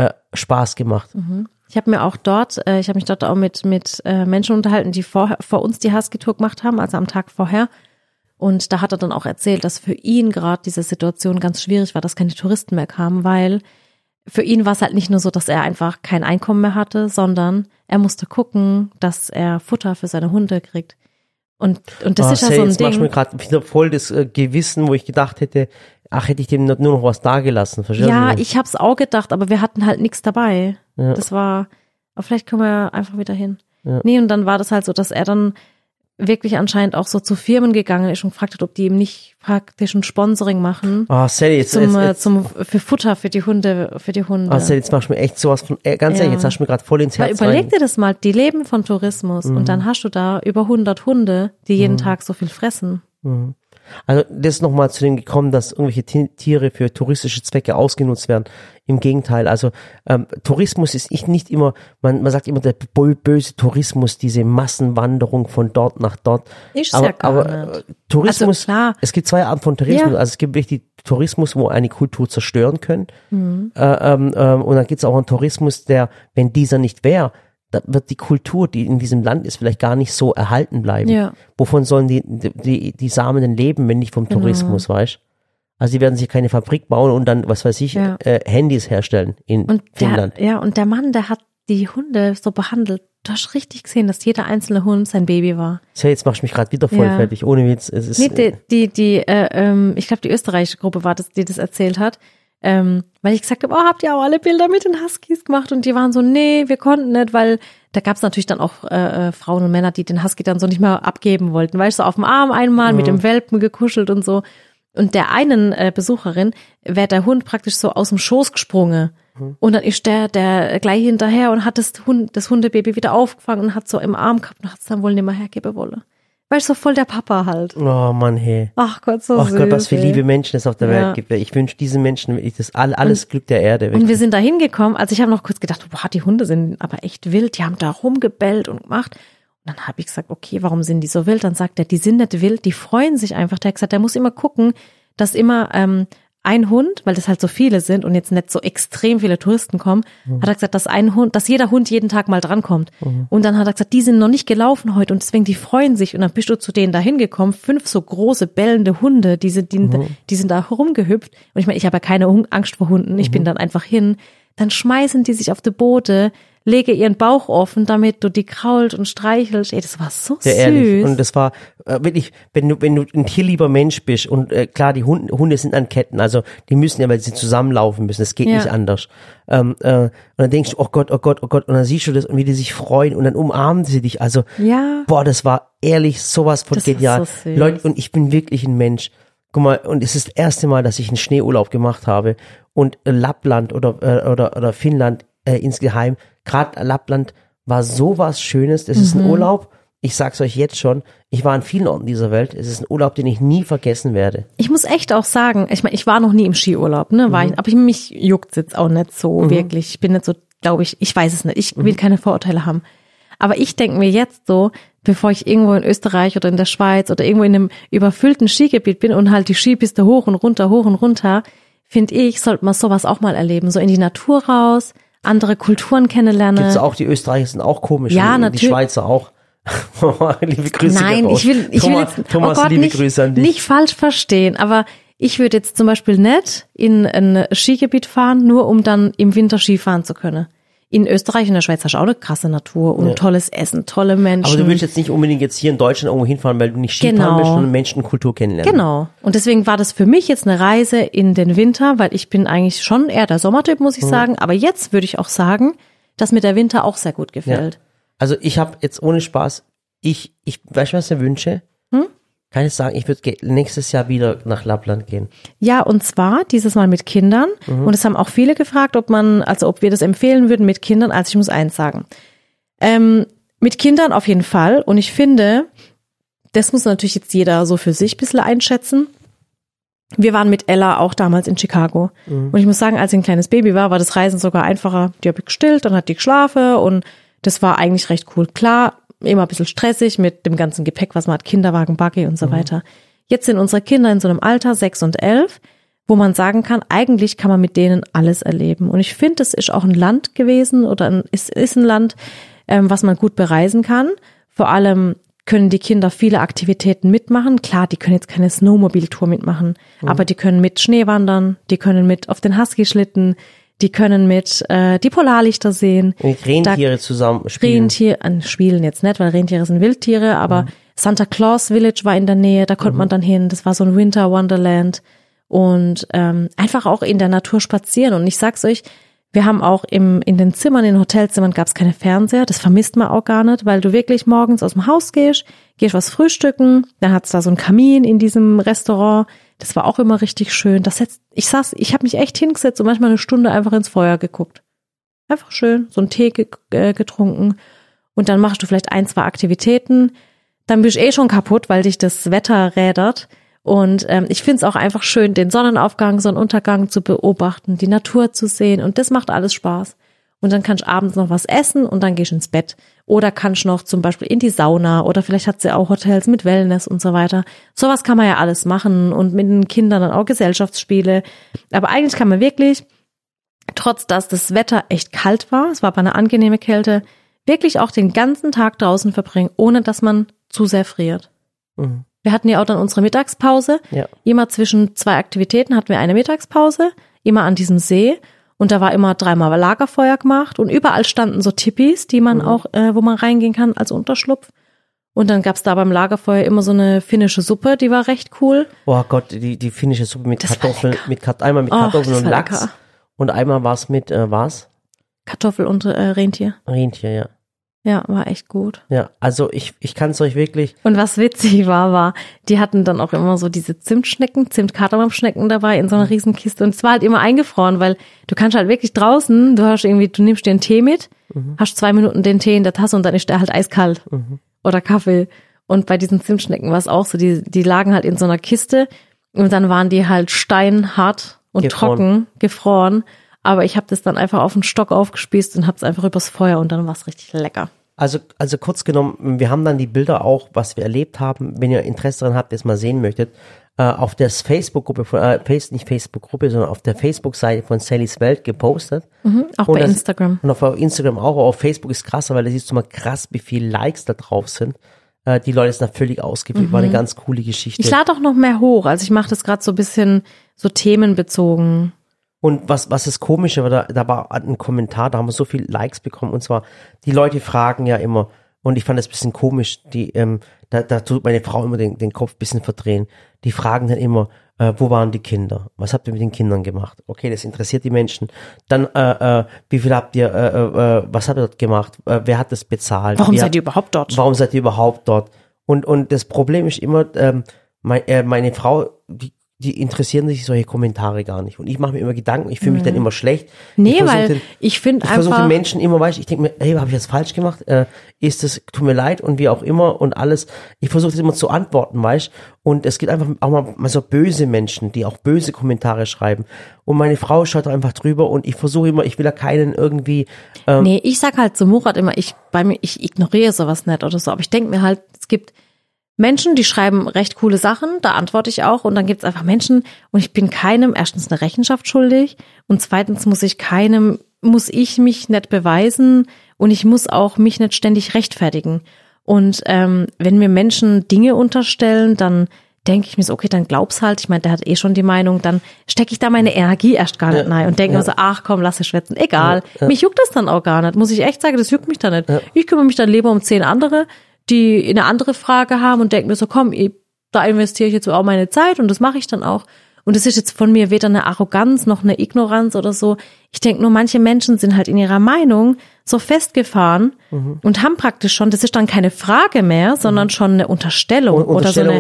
Spaß gemacht. Ich habe mir auch ich habe mich dort auch mit Menschen unterhalten, die vor uns die Husky-Tour gemacht haben, also am Tag vorher. Und da hat er dann auch erzählt, dass für ihn gerade diese Situation ganz schwierig war, dass keine Touristen mehr kamen, weil für ihn war es halt nicht nur so, dass er einfach kein Einkommen mehr hatte, sondern er musste gucken, dass er Futter für seine Hunde kriegt. Und das ist ja so ein Ding. Jetzt machst du mir gerade wieder voll das Gewissen, wo ich gedacht hätte, hätte ich dem nur noch was dagelassen. Ja, ich hab's auch gedacht, aber wir hatten halt nichts dabei. Ja. Aber vielleicht können wir ja einfach wieder hin. Ja. Nee, und dann war das halt so, dass er dann wirklich anscheinend auch so zu Firmen gegangen ist und gefragt hat, ob die ihm nicht praktisch ein Sponsoring machen. Sally, für Futter für die Hunde. Sally, jetzt machst du mir echt sowas von, ganz ehrlich, jetzt hast du mir gerade voll ins Herz überleg dir das mal, die leben von Tourismus und dann hast du da über 100 Hunde, die jeden Tag so viel fressen. Also das ist nochmal zu dem gekommen, dass irgendwelche Tiere für touristische Zwecke ausgenutzt werden. Im Gegenteil, also Tourismus ist nicht immer, man sagt immer der böse Tourismus, diese Massenwanderung von dort nach dort. Ist ja gar nicht. Tourismus, also klar. Es gibt 2 Arten von Tourismus. Ja. Also es gibt wirklich Tourismus, wo eine Kultur zerstören können. Und dann gibt es auch einen Tourismus, der, wenn dieser nicht wäre, da wird die Kultur, die in diesem Land ist, vielleicht gar nicht so erhalten bleiben. Ja. Wovon sollen die Samen denn leben, wenn nicht vom Tourismus, weißt? Also die werden sich keine Fabrik bauen und dann, was weiß ich, Handys herstellen in Finnland. Und der Mann, der hat die Hunde so behandelt. Du hast richtig gesehen, dass jeder einzelne Hund sein Baby war. Jetzt machst du mich gerade wieder voll fertig, ohne Witz. Es ist, ich glaube, die österreichische Gruppe war das, die das erzählt hat. weil ich gesagt habe, habt ihr auch alle Bilder mit den Huskies gemacht? Und die waren so, nee, wir konnten nicht, weil da gab es natürlich dann auch Frauen und Männer, die den Husky dann so nicht mehr abgeben wollten. Weißt du, so auf dem Arm einmal mit dem Welpen gekuschelt und so. Und der einen Besucherin wäre der Hund praktisch so aus dem Schoß gesprungen. Und dann ist der gleich hinterher und hat das Hundebaby wieder aufgefangen und hat so im Arm gehabt und hat es dann wohl nicht mehr hergeben wollen. Weißt du, so voll der Papa halt. Oh Mann, hey. Ach Gott, so süß. Ach Gott, was für liebe Menschen es auf der Welt gibt. Ich wünsche diesen Menschen wirklich das alles Glück der Erde. Wirklich. Und wir sind da hingekommen, also ich habe noch kurz gedacht, boah, die Hunde sind aber echt wild, die haben da rumgebellt und gemacht. Und dann habe ich gesagt, okay, warum sind die so wild? Dann sagt er, die sind nicht wild, die freuen sich einfach. Der hat gesagt, der muss immer gucken, dass immer ein Hund, weil das halt so viele sind und jetzt nicht so extrem viele Touristen kommen, hat er gesagt, dass jeder Hund jeden Tag mal drankommt. Und dann hat er gesagt, die sind noch nicht gelaufen heute und deswegen, die freuen sich. Und dann bist du zu denen da hingekommen, 5 so große, bellende Hunde, die sind da rumgehüpft. Und ich meine, ich habe ja keine Angst vor Hunden, ich bin dann einfach hin. Dann schmeißen die sich auf die Boote, lege ihren Bauch offen, damit du die krault und streichelst. Ey, das war so süß. Ehrlich. Und das war wirklich, wenn du ein tierlieber Mensch bist und klar, die Hunde sind an Ketten, also die müssen ja, weil sie zusammenlaufen müssen, das geht nicht anders. Und dann denkst du, oh Gott, und dann siehst du das und wie die sich freuen und dann umarmen sie dich. Also, boah, das war ehrlich sowas von genial. So Leute, und ich bin wirklich ein Mensch. Guck mal, und es ist das erste Mal, dass ich einen Schneeurlaub gemacht habe und Lappland oder Finnland insgeheim, gerade Lappland war sowas Schönes. Das ist ein Urlaub, ich sag's euch jetzt schon, ich war an vielen Orten dieser Welt, es ist ein Urlaub, den ich nie vergessen werde. Ich muss echt auch sagen, ich meine, ich war noch nie im Skiurlaub, ne, aber mich juckt's jetzt auch nicht so wirklich. Ich bin nicht so, glaube ich weiß es nicht, ich will keine Vorurteile haben. Aber ich denke mir jetzt so, bevor ich irgendwo in Österreich oder in der Schweiz oder irgendwo in einem überfüllten Skigebiet bin und halt die Skipiste hoch und runter, finde ich, sollte man sowas auch mal erleben, so in die Natur raus, andere Kulturen kennenlernen. Gibt's auch, die Österreicher sind auch komisch, ja, und natürlich. Die Schweizer auch. Liebe Grüße. Nein, ich will Thomas, oh Gott, liebe Grüße an dich. Nicht falsch verstehen, aber ich würde jetzt zum Beispiel nicht in ein Skigebiet fahren, nur um dann im Winter Skifahren zu können. In Österreich und der Schweiz hast du auch eine krasse Natur und tolles Essen, tolle Menschen. Aber du willst jetzt nicht unbedingt jetzt hier in Deutschland irgendwo hinfahren, weil du nicht Skifahren willst, sondern Menschen und Kultur kennenlernen. Genau. Und deswegen war das für mich jetzt eine Reise in den Winter, weil ich bin eigentlich schon eher der Sommertyp, muss ich sagen. Aber jetzt würde ich auch sagen, dass mir der Winter auch sehr gut gefällt. Ja. Also ich habe jetzt ohne Spaß, weißt du, was ich mir wünsche? Kann ich sagen, ich würde nächstes Jahr wieder nach Lappland gehen. Ja, und zwar dieses Mal mit Kindern. Und es haben auch viele gefragt, ob wir das empfehlen würden mit Kindern. Also ich muss eins sagen. Mit Kindern auf jeden Fall. Und ich finde, das muss natürlich jetzt jeder so für sich ein bisschen einschätzen. Wir waren mit Ella auch damals in Chicago. Und ich muss sagen, als sie ein kleines Baby war das Reisen sogar einfacher. Die habe ich gestillt, dann hat die geschlafen und das war eigentlich recht cool. Klar, immer ein bisschen stressig mit dem ganzen Gepäck, was man hat, Kinderwagen, Buggy und so weiter. Jetzt sind unsere Kinder in so einem Alter, 6 und 11, wo man sagen kann, eigentlich kann man mit denen alles erleben. Und ich finde, es ist auch ein Land gewesen oder es ist ein Land, was man gut bereisen kann. Vor allem können die Kinder viele Aktivitäten mitmachen. Klar, die können jetzt keine Snowmobil-Tour mitmachen, aber die können mit Schneewandern, die können mit auf den Husky-Schlitten, die können mit die Polarlichter sehen. Und Rentiere zusammen spielen. Spielen jetzt nicht, weil Rentiere sind Wildtiere, aber Santa Claus Village war in der Nähe, da konnte man dann hin. Das war so ein Winter Wonderland. Und einfach auch in der Natur spazieren. Und ich sag's euch, wir haben auch in den Zimmern, in den Hotelzimmern gab's keine Fernseher. Das vermisst man auch gar nicht, weil du wirklich morgens aus dem Haus gehst was frühstücken, dann hat's da so einen Kamin in diesem Restaurant. Das war auch immer richtig schön. Ich habe mich echt hingesetzt und manchmal eine Stunde einfach ins Feuer geguckt. Einfach schön, so einen Tee getrunken und dann machst du vielleicht 1, 2 Aktivitäten. Dann bist du schon kaputt, weil dich das Wetter rädert. Und ich find's auch einfach schön, den Sonnenaufgang, Sonnenuntergang zu beobachten, die Natur zu sehen und das macht alles Spaß. Und dann kannst du abends noch was essen und dann gehst du ins Bett. Oder kannst noch zum Beispiel in die Sauna oder vielleicht hat sie auch Hotels mit Wellness und so weiter. Sowas kann man ja alles machen und mit den Kindern dann auch Gesellschaftsspiele. Aber eigentlich kann man wirklich, trotz dass das Wetter echt kalt war, es war aber eine angenehme Kälte, wirklich auch den ganzen Tag draußen verbringen, ohne dass man zu sehr friert. Wir hatten ja auch dann unsere Mittagspause. Ja. Immer zwischen 2 Aktivitäten hatten wir eine Mittagspause, immer an diesem See. Und da war immer 3-mal Lagerfeuer gemacht und überall standen so Tipis, die man auch, wo man reingehen kann als Unterschlupf. Und dann gab's da beim Lagerfeuer immer so eine finnische Suppe, die war recht cool. Oh Gott, die finnische Suppe mit Das war Kartoffeln, lecker. einmal mit Kartoffeln und Lachs. Lecker. Und einmal war es mit, Kartoffel und Rentier. Rentier, ja. Ja, war echt gut. Ja, also ich kann es euch wirklich, Und was witzig war, die hatten dann auch immer so diese Zimt-Kardamom-Schnecken dabei in so einer riesen Kiste. Und es war halt immer eingefroren, weil du kannst halt wirklich draußen, du nimmst dir einen Tee mit, hast 2 Minuten den Tee in der Tasse und dann ist der halt eiskalt. Oder Kaffee. Und bei diesen Zimtschnecken war es auch so, die lagen halt in so einer Kiste und dann waren die halt steinhart und trocken, gefroren. Aber ich habe das dann einfach auf den Stock aufgespießt und habe es einfach übers Feuer und dann war es richtig lecker. also kurz genommen, wir haben dann die Bilder auch, was wir erlebt haben, wenn ihr Interesse daran habt, das mal sehen möchtet, auf der Facebook-Gruppe, nicht Facebook-Gruppe, sondern auf der Facebook-Seite von Sallys Welt gepostet. Auch bei Instagram. Und auf Instagram auch, aber auf Facebook ist krasser, weil da siehst du mal krass, wie viele Likes da drauf sind. Die Leute sind da völlig ausgeflippt, war eine ganz coole Geschichte. Ich lade auch noch mehr hoch, also ich mache das gerade so ein bisschen so themenbezogen. Und was das Komische war, da war ein Kommentar, da haben wir so viele Likes bekommen, und zwar, die Leute fragen ja immer, und ich fand das ein bisschen komisch, da tut meine Frau immer den Kopf ein bisschen verdrehen, die fragen dann immer, wo waren die Kinder? Was habt ihr mit den Kindern gemacht? Okay, das interessiert die Menschen. Dann, wie viel habt ihr, was habt ihr dort gemacht? Wer hat das bezahlt? Warum seid ihr überhaupt dort? Warum seid ihr überhaupt dort? Und das Problem ist immer, meine Frau, die interessieren sich solche Kommentare gar nicht. Und ich mache mir immer Gedanken, ich fühle mich dann immer schlecht. Nee, weil ich finde einfach... Ich versuche den Menschen immer, ich denke mir, hey, habe ich das falsch gemacht? Tut mir leid und wie auch immer und alles. Ich versuche das immer zu antworten, und es gibt einfach auch mal so böse Menschen, die auch böse Kommentare schreiben. Und meine Frau schaut da einfach drüber und ich versuche immer, ich will da keinen irgendwie... Nee, ich sag halt zu Murat immer, ich ignoriere sowas nicht oder so. Aber ich denke mir halt, es gibt Menschen, die schreiben recht coole Sachen, da antworte ich auch, und dann gibt es einfach Menschen, und ich bin keinem erstens eine Rechenschaft schuldig und zweitens muss ich mich nicht beweisen und ich muss auch mich nicht ständig rechtfertigen. Und wenn mir Menschen Dinge unterstellen, dann denke ich mir so, okay, dann glaub's halt. Ich meine, der hat eh schon die Meinung, dann stecke ich da meine Energie erst gar nicht rein und denke mir so, ach komm, lass es schwätzen, egal. Mich juckt das dann auch gar nicht, muss ich echt sagen, das juckt mich dann nicht. Ich kümmere mich dann lieber um 10 andere, die eine andere Frage haben und denken mir so, komm, da investiere ich jetzt auch meine Zeit und das mache ich dann auch. Und das ist jetzt von mir weder eine Arroganz noch eine Ignoranz oder so. Ich denke nur, manche Menschen sind halt in ihrer Meinung so festgefahren und haben praktisch schon, das ist dann keine Frage mehr, sondern schon eine Unterstellung oder so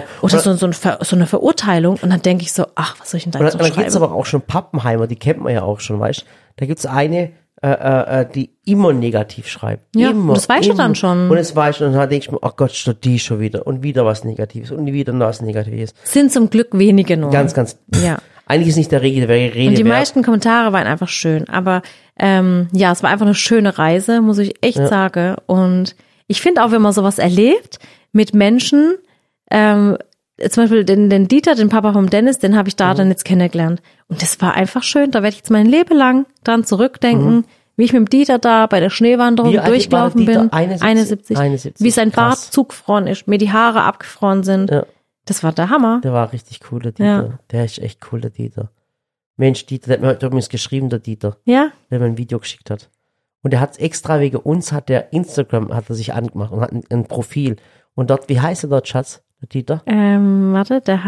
eine Verurteilung. Und dann denke ich so, ach, was soll ich denn da jetzt noch schreiben? Da gibt's aber auch schon Pappenheimer, die kennt man ja auch schon, Da gibt's eine, die immer negativ schreibt. Ja, immer, das weißt du dann schon. Und das weißt du, und dann denke ich mir, ach Gott, steht die schon wieder und wieder was Negatives und wieder was Negatives. Sind zum Glück wenige nur. Ganz, ja. Eigentlich ist nicht der Rede und die meisten Kommentare waren einfach schön, aber es war einfach eine schöne Reise, muss ich echt sagen. Und ich finde auch, wenn man sowas erlebt mit Menschen, zum Beispiel den Dieter, den Papa vom Dennis, den habe ich da dann jetzt kennengelernt. Und das war einfach schön. Da werde ich jetzt mein Leben lang dran zurückdenken, wie ich mit dem Dieter da bei der Schneewanderung durchgelaufen bin. 71. Wie sein Bart zugefroren ist, mir die Haare abgefroren sind. Ja. Das war der Hammer. Der war richtig cool, der Dieter. Ja. Der ist echt cool, der Dieter. Mensch, Dieter, der hat mir heute übrigens geschrieben, der Dieter. Ja. Der mir ein Video geschickt hat. Und der hat extra wegen uns, hat er sich angemacht und hat ein Profil. Und dort, wie heißt er dort, Schatz? Dieter? Der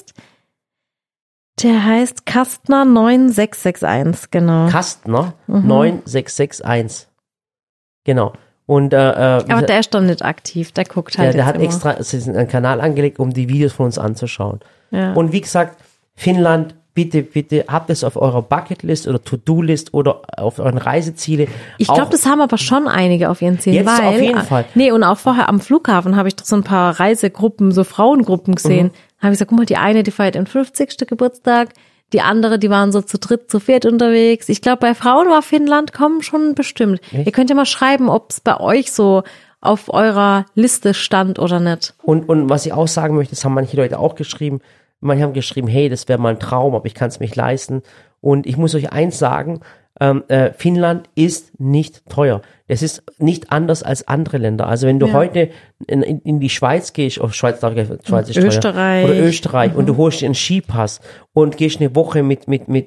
heißt Kastner 9661, genau. Kastner 9661. Genau. Und, aber der ist doch nicht aktiv, der guckt halt. Ja, der hat immer extra einen Kanal angelegt, um die Videos von uns anzuschauen. Ja. Und wie gesagt, Finnland, bitte, habt es auf eurer Bucketlist oder To-Do-List oder auf euren Reiseziele. Ich glaube, das haben aber schon einige auf ihren Zielen. Jetzt auf jeden Fall. Nee, und auch vorher am Flughafen habe ich doch so ein paar Reisegruppen, so Frauengruppen gesehen. Habe ich gesagt, guck mal, die eine, die feiert den 50. Geburtstag, die andere, die waren so zu dritt, zu viert unterwegs. Ich glaube, bei Frauen war Finnland kommen schon bestimmt. Echt? Ihr könnt ja mal schreiben, ob es bei euch so auf eurer Liste stand oder nicht. Und was ich auch sagen möchte, das haben manche Leute auch geschrieben. Manche haben geschrieben, hey, das wäre mal ein Traum, aber ich kann es mir nicht leisten. Und ich muss euch eins sagen, Finnland ist nicht teuer. Es ist nicht anders als andere Länder. Also wenn du heute in die Schweiz gehst, Schweiz ist Österreich. Teuer, oder Österreich und du holst dir einen Skipass und gehst eine Woche mit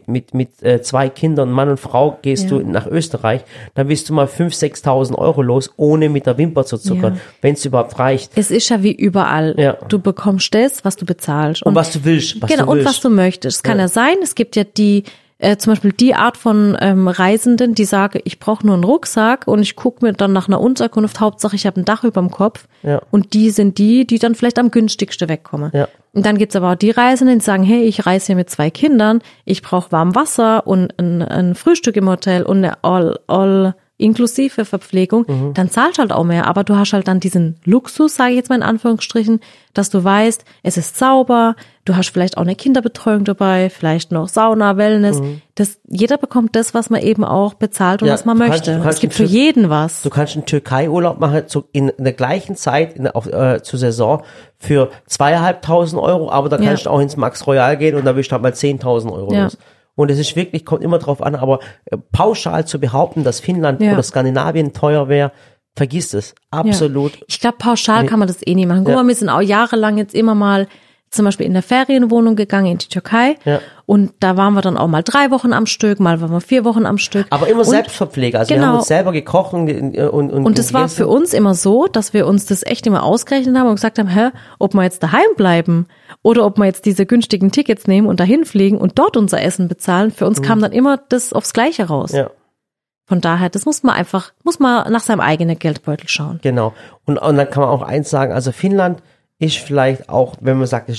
2 Kindern, Mann und Frau, gehst du nach Österreich, dann bist du mal 5.000, 6.000 Euro los, ohne mit der Wimper zu zuckern, wenn es überhaupt reicht. Es ist ja wie überall. Ja. Du bekommst das, was du bezahlst. Und was du willst. Und was du möchtest. Es kann ja sein, es gibt ja zum Beispiel die Art von Reisenden, die sagen, ich brauche nur einen Rucksack und ich gucke mir dann nach einer Unterkunft, Hauptsache ich habe ein Dach überm Kopf. Ja. Und die sind die dann vielleicht am günstigsten wegkommen. Ja. Und dann gibt's aber auch die Reisenden, die sagen, hey, ich reise hier mit 2 Kindern, ich brauche warm Wasser und ein Frühstück im Hotel und eine all inklusive Verpflegung, dann zahlst halt auch mehr, aber du hast halt dann diesen Luxus, sage ich jetzt mal in Anführungsstrichen, dass du weißt, es ist sauber, du hast vielleicht auch eine Kinderbetreuung dabei, vielleicht noch Sauna, Wellness, jeder bekommt das, was man eben auch bezahlt und was man möchte. Es gibt für jeden was. Du kannst einen Türkei-Urlaub machen in der gleichen Zeit zur Saison für 2.500 Euro, aber da kannst du auch ins Max Royal gehen und da bist du halt mal 10.000 Euro los. Und es ist wirklich, kommt immer drauf an, aber pauschal zu behaupten, dass Finnland oder Skandinavien teuer wäre, vergiss es. Absolut. Ja. Ich glaube, pauschal kann man das eh nicht machen. Guck mal, wir sind auch jahrelang jetzt immer mal zum Beispiel in der Ferienwohnung gegangen in die Türkei. Ja. Und da waren wir dann auch mal 3 Wochen am Stück, mal waren wir 4 Wochen am Stück. Aber immer Selbstverpflege. Also wir haben uns selber gekocht und das war für uns immer so, dass wir uns das echt immer ausgerechnet haben und gesagt haben, ob wir jetzt daheim bleiben oder ob wir jetzt diese günstigen Tickets nehmen und dahin fliegen und dort unser Essen bezahlen. Für uns kam dann immer das aufs Gleiche raus. Ja. Von daher, das muss man nach seinem eigenen Geldbeutel schauen. Genau. Und dann kann man auch eins sagen, also Finnland ist vielleicht auch, wenn man sagt,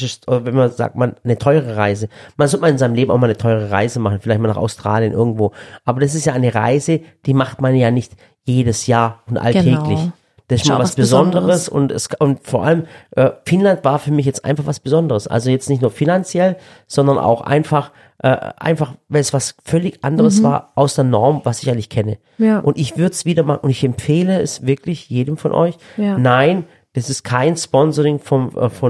man eine teure Reise. Man sollte mal in seinem Leben auch mal eine teure Reise machen, vielleicht mal nach Australien irgendwo. Aber das ist ja eine Reise, die macht man ja nicht jedes Jahr und alltäglich. Genau. Das ist mal was Besonderes und vor allem Finnland war für mich jetzt einfach was Besonderes. Also jetzt nicht nur finanziell, sondern auch einfach, weil es was völlig anderes war aus der Norm, was ich eigentlich kenne. Ja. Und ich würde es wieder machen und ich empfehle es wirklich jedem von euch. Ja. Nein, das ist kein Sponsoring von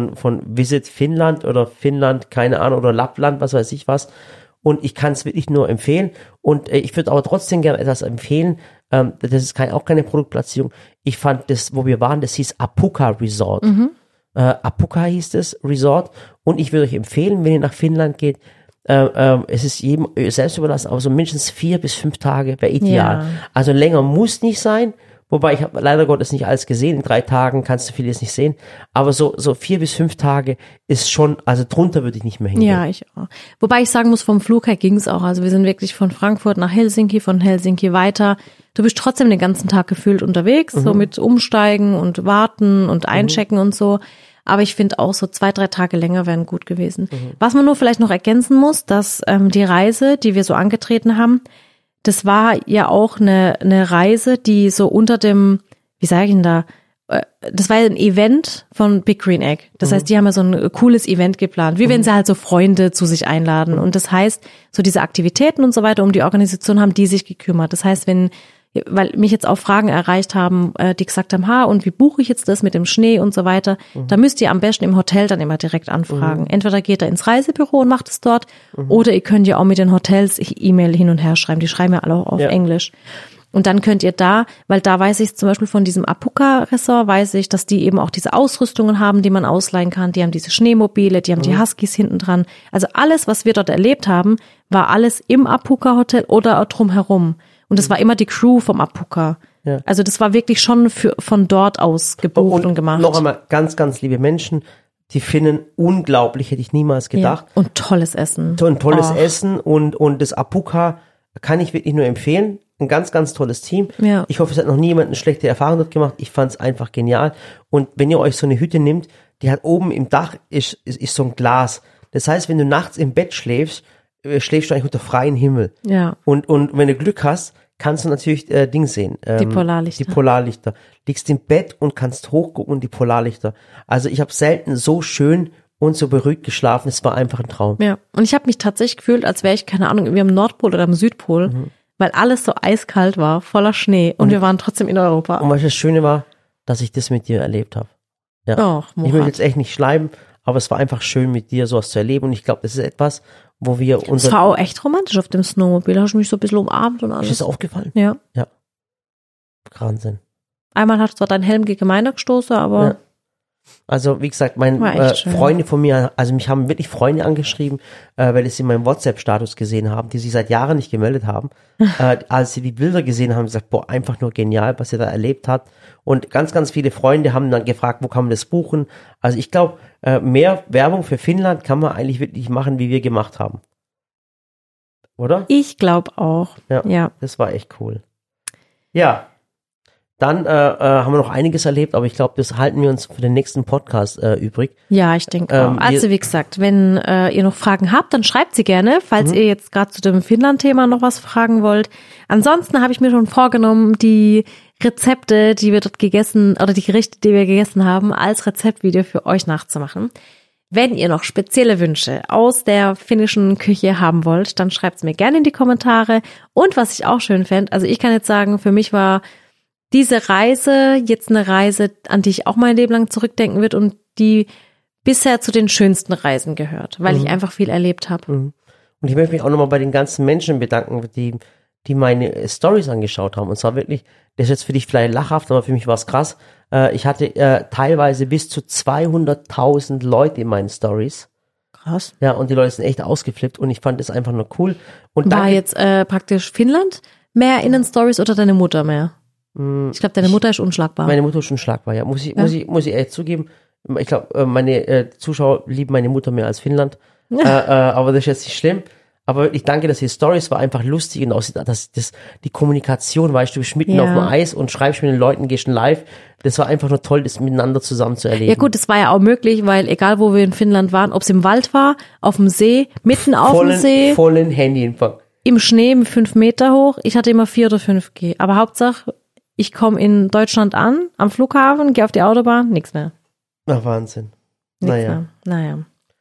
Visit Finnland oder Finnland, keine Ahnung, oder Lappland, was weiß ich was. Und ich kann es wirklich nur empfehlen. Und ich würde aber trotzdem gerne etwas empfehlen. Das ist auch keine Produktplatzierung. Ich fand das, wo wir waren, das hieß Apukka Resort. Apukka hieß das Resort. Und ich würde euch empfehlen, wenn ihr nach Finnland geht, es ist jedem selbst überlassen, aber so mindestens 4 bis 5 Tage wäre ideal. Ja. Also länger muss nicht sein. Wobei, ich habe leider Gottes nicht alles gesehen. In 3 Tagen kannst du vieles nicht sehen. Aber so 4 bis 5 Tage ist schon, also drunter würde ich nicht mehr hingehen. Ja, ich auch. Wobei ich sagen muss, vom Flug her ging es auch. Also wir sind wirklich von Frankfurt nach Helsinki, von Helsinki weiter. Du bist trotzdem den ganzen Tag gefühlt unterwegs, so mit Umsteigen und Warten und Einchecken und so. Aber ich finde auch so 2, 3 Tage länger wären gut gewesen. Was man nur vielleicht noch ergänzen muss, dass die Reise, die wir so angetreten haben, das war ja auch eine Reise, die so unter dem, wie sage ich denn da, das war ein Event von Big Green Egg. Das heißt, die haben ja so ein cooles Event geplant, wie wenn sie halt so Freunde zu sich einladen. Und das heißt, so diese Aktivitäten und so weiter, um die Organisation haben die sich gekümmert. Das heißt, weil mich jetzt auch Fragen erreicht haben, die gesagt haben, und wie buche ich jetzt das mit dem Schnee und so weiter, da müsst ihr am besten im Hotel dann immer direkt anfragen. Entweder geht ihr ins Reisebüro und macht es dort, oder ihr könnt ja auch mit den Hotels E-Mail hin und her schreiben, die schreiben ja alle auf Englisch. Und dann könnt ihr weil da weiß ich zum Beispiel von diesem Apukka-Ressort, weiß ich, dass die eben auch diese Ausrüstungen haben, die man ausleihen kann, die haben diese Schneemobile, die haben die Huskies hinten dran. Also alles, was wir dort erlebt haben, war alles im Apukka-Hotel oder drumherum. Und das war immer die Crew vom Apukka. Ja. Also das war wirklich schon von dort aus gebucht und gemacht. Noch einmal, ganz, ganz liebe Menschen, die Finnen unglaublich, hätte ich niemals gedacht. Ja. Und tolles Essen. Ein tolles Essen und das Apukka kann ich wirklich nur empfehlen. Ein ganz, ganz tolles Team. Ja. Ich hoffe, es hat noch niemand eine schlechte Erfahrung dort gemacht. Ich fand es einfach genial. Und wenn ihr euch so eine Hütte nimmt, die hat oben im Dach ist so ein Glas. Das heißt, wenn du nachts im Bett schläfst du eigentlich unter freiem Himmel. Ja. Und wenn du Glück hast, kannst du natürlich Ding sehen. Die Polarlichter. Liegst im Bett und kannst hochgucken und die Polarlichter. Also ich habe selten so schön und so beruhigt geschlafen. Es war einfach ein Traum. Ja, und ich habe mich tatsächlich gefühlt, als wäre ich, keine Ahnung, irgendwie am Nordpol oder am Südpol, weil alles so eiskalt war, voller Schnee und wir waren trotzdem in Europa. Und was das Schöne war, dass ich das mit dir erlebt habe. Ja. Och, ich will jetzt echt nicht schleimen, aber es war einfach schön mit dir sowas zu erleben und ich glaube, das ist etwas, wo wir Das war auch echt romantisch auf dem Snowmobil. Da hast du mich so ein bisschen umarmt und alles. Ist das aufgefallen? Ja. Ja. Wahnsinn. Einmal hat zwar dein Helm gegen meiner gestoßen, aber Ja. Also wie gesagt, War echt schön. Freunde von mir, also mich haben wirklich Freunde angeschrieben, weil sie in meinem WhatsApp-Status gesehen haben, die sich seit Jahren nicht gemeldet haben. Als sie die Bilder gesehen haben, gesagt, boah, einfach nur genial, was ihr da erlebt habt. Und ganz, ganz viele Freunde haben dann gefragt, wo kann man das buchen? Also ich glaube, mehr Werbung für Finnland kann man eigentlich wirklich machen, wie wir gemacht haben. Oder? ich glaube auch. Ja. Das war echt cool. Ja. Dann haben wir noch einiges erlebt, aber ich glaube, das halten wir uns für den nächsten Podcast übrig. Ja, ich denke auch. Also wie gesagt, wenn ihr noch Fragen habt, dann schreibt sie gerne, falls ihr jetzt gerade zu dem Finnland-Thema noch was fragen wollt. Ansonsten habe ich mir schon vorgenommen, die Rezepte, die wir dort gegessen, oder die Gerichte, die wir gegessen haben, als Rezeptvideo für euch nachzumachen. Wenn ihr noch spezielle Wünsche aus der finnischen Küche haben wollt, dann schreibt es mir gerne in die Kommentare. Und was ich auch schön fände, also ich kann jetzt sagen, für mich war diese Reise jetzt eine Reise, an die ich auch mein Leben lang zurückdenken wird und die bisher zu den schönsten Reisen gehört, weil ich einfach viel erlebt habe. Und ich möchte mich auch nochmal bei den ganzen Menschen bedanken, die meine Stories angeschaut haben. Und zwar wirklich, das ist jetzt für dich vielleicht lachhaft, aber für mich war es krass. Ich hatte teilweise bis zu 200.000 Leute in meinen Stories. Krass. Ja, und die Leute sind echt ausgeflippt und ich fand das einfach nur cool. Und War danke- jetzt praktisch Finnland mehr in den Stories oder deine Mutter mehr? Ich glaube, deine Mutter ist unschlagbar. Meine Mutter ist schon schlagbar, ja. Muss ich ehrlich zugeben. Ich glaube, meine Zuschauer lieben meine Mutter mehr als Finnland. Aber das ist jetzt nicht schlimm. Aber ich danke, dass die Stories war einfach lustig und auch die Kommunikation, weißt du, bist mitten Ja. auf dem Eis und schreibst mit den Leuten, gehst live. Das war einfach nur toll, das miteinander zusammen zu erleben. Ja gut, das war ja auch möglich, weil egal wo wir in Finnland waren, ob es im Wald war, auf dem See, mitten auf dem See, vollen Handyempfang. im Schnee mit 5 Meter hoch. Ich hatte immer 4 oder 5G. Aber Hauptsache, ich komme in Deutschland an, am Flughafen, gehe auf die Autobahn, nichts mehr. Ach, Wahnsinn. Nix Naja. mehr. Naja.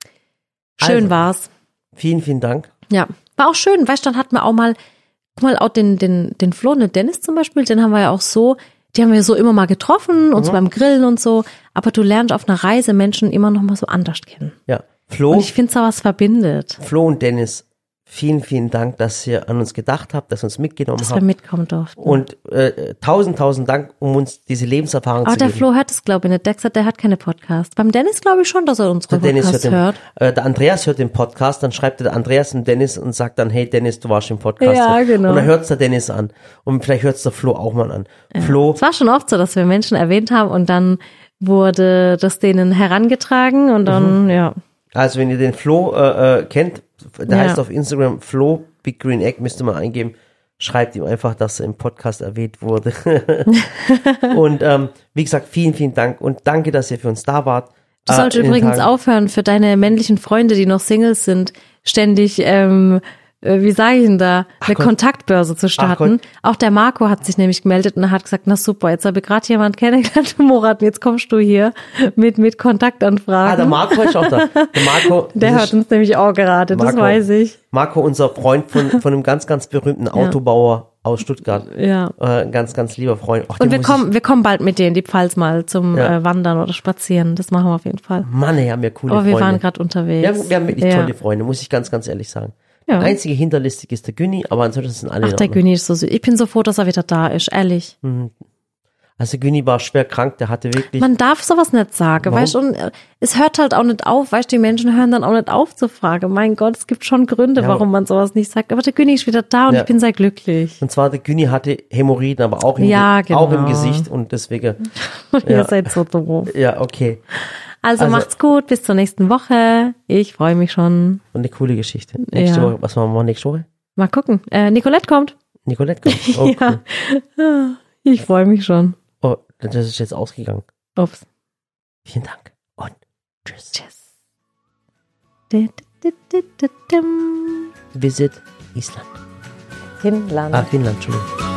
Schön Also. war's. Vielen, vielen Dank. Ja, war auch schön. Weißt du, dann hatten wir auch mal, guck mal, auch den Flo und den Dennis zum Beispiel, den haben wir ja auch so, die haben wir so immer mal getroffen und so beim Grillen und so. Aber du lernst auf einer Reise Menschen immer noch mal so anders kennen. Ja. Und ich finde es auch was verbindet, Flo und Dennis, vielen, vielen Dank, dass ihr an uns gedacht habt, dass ihr uns mitgenommen dass wir habt. mitkommen durften. Und tausend Dank, um uns diese Lebenserfahrung Aber zu der geben. Flo hört es, glaube ich, nicht. Der hat gesagt, der hat keine Podcast. Beim Dennis glaube ich schon, dass er unsere Der Dennis Podcast hört hört. der Andreas hört den Podcast, dann schreibt der Andreas und Dennis und sagt dann, hey Dennis, du warst im Podcast. Ja, genau. Und dann hört's der Dennis an. Und vielleicht hört's der Flo auch mal an. Flo, Es war schon oft so, dass wir Menschen erwähnt haben und dann wurde das denen herangetragen und dann, ja. also wenn ihr den Flo kennt, der Ja. heißt auf Instagram Flo Big Green Egg, müsst ihr mal eingeben. Schreibt ihm einfach, dass er im Podcast erwähnt wurde. Und wie gesagt, vielen, vielen Dank und danke, dass ihr für uns da wart. Du solltest in den übrigens Tagen. aufhören, für deine männlichen Freunde, die noch Singles sind, ständig, wie sage ich denn da, eine Gott. Kontaktbörse zu starten. Auch der Marco hat sich nämlich gemeldet und hat gesagt, na super, jetzt habe ich gerade jemand kennengelernt, Murat, und jetzt kommst du hier mit Kontaktanfragen. Der Marco ist auch da. Der Marco, Der das hört ist uns nämlich auch gerade, das Marco. weiß ich. Marco, unser Freund von einem ganz, ganz berühmten Autobauer aus Stuttgart. Ja. Ganz, ganz lieber Freund. Ach, Und den wir muss kommen bald mit dir in die Pfalz mal zum Ja. Wandern oder Spazieren. Das machen wir auf jeden Fall. Mann, ey, haben wir coole Aber wir Freunde. waren gerade unterwegs. Wir haben wirklich Ja. tolle Freunde, muss ich ganz, ganz ehrlich sagen. Ja. Der einzige hinterlistig ist der Günni, aber ansonsten sind alle Ach, in der Ordnung. Günni ist so süß. Ich bin so froh, dass er wieder da ist, ehrlich. Also Günni war schwer krank, der hatte wirklich, Man darf sowas nicht sagen, Warum? weißt du, und es hört halt auch nicht auf, weißt du, die Menschen hören dann auch nicht auf zu fragen. Mein Gott, es gibt schon Gründe, Ja, warum man sowas nicht sagt. Aber der Günni ist wieder da und Ja. ich bin sehr glücklich. und zwar der Günni hatte Hämorrhoiden, aber auch Ja, auch im genau. Gesicht und deswegen, Ihr seid so doof. ja, okay. Also macht's gut, bis zur nächsten Woche. Ich freue mich schon. Und eine coole Geschichte. Nächste Ja. Woche, was machen wir nächste Woche? Mal gucken. Nicolette kommt. Nicolette kommt. Oh, Ja. cool. Ich freue mich schon. Oh, das ist jetzt ausgegangen. Ups. Vielen Dank und tschüss. Tschüss. Visit Island. Finnland. Finnland, Entschuldigung.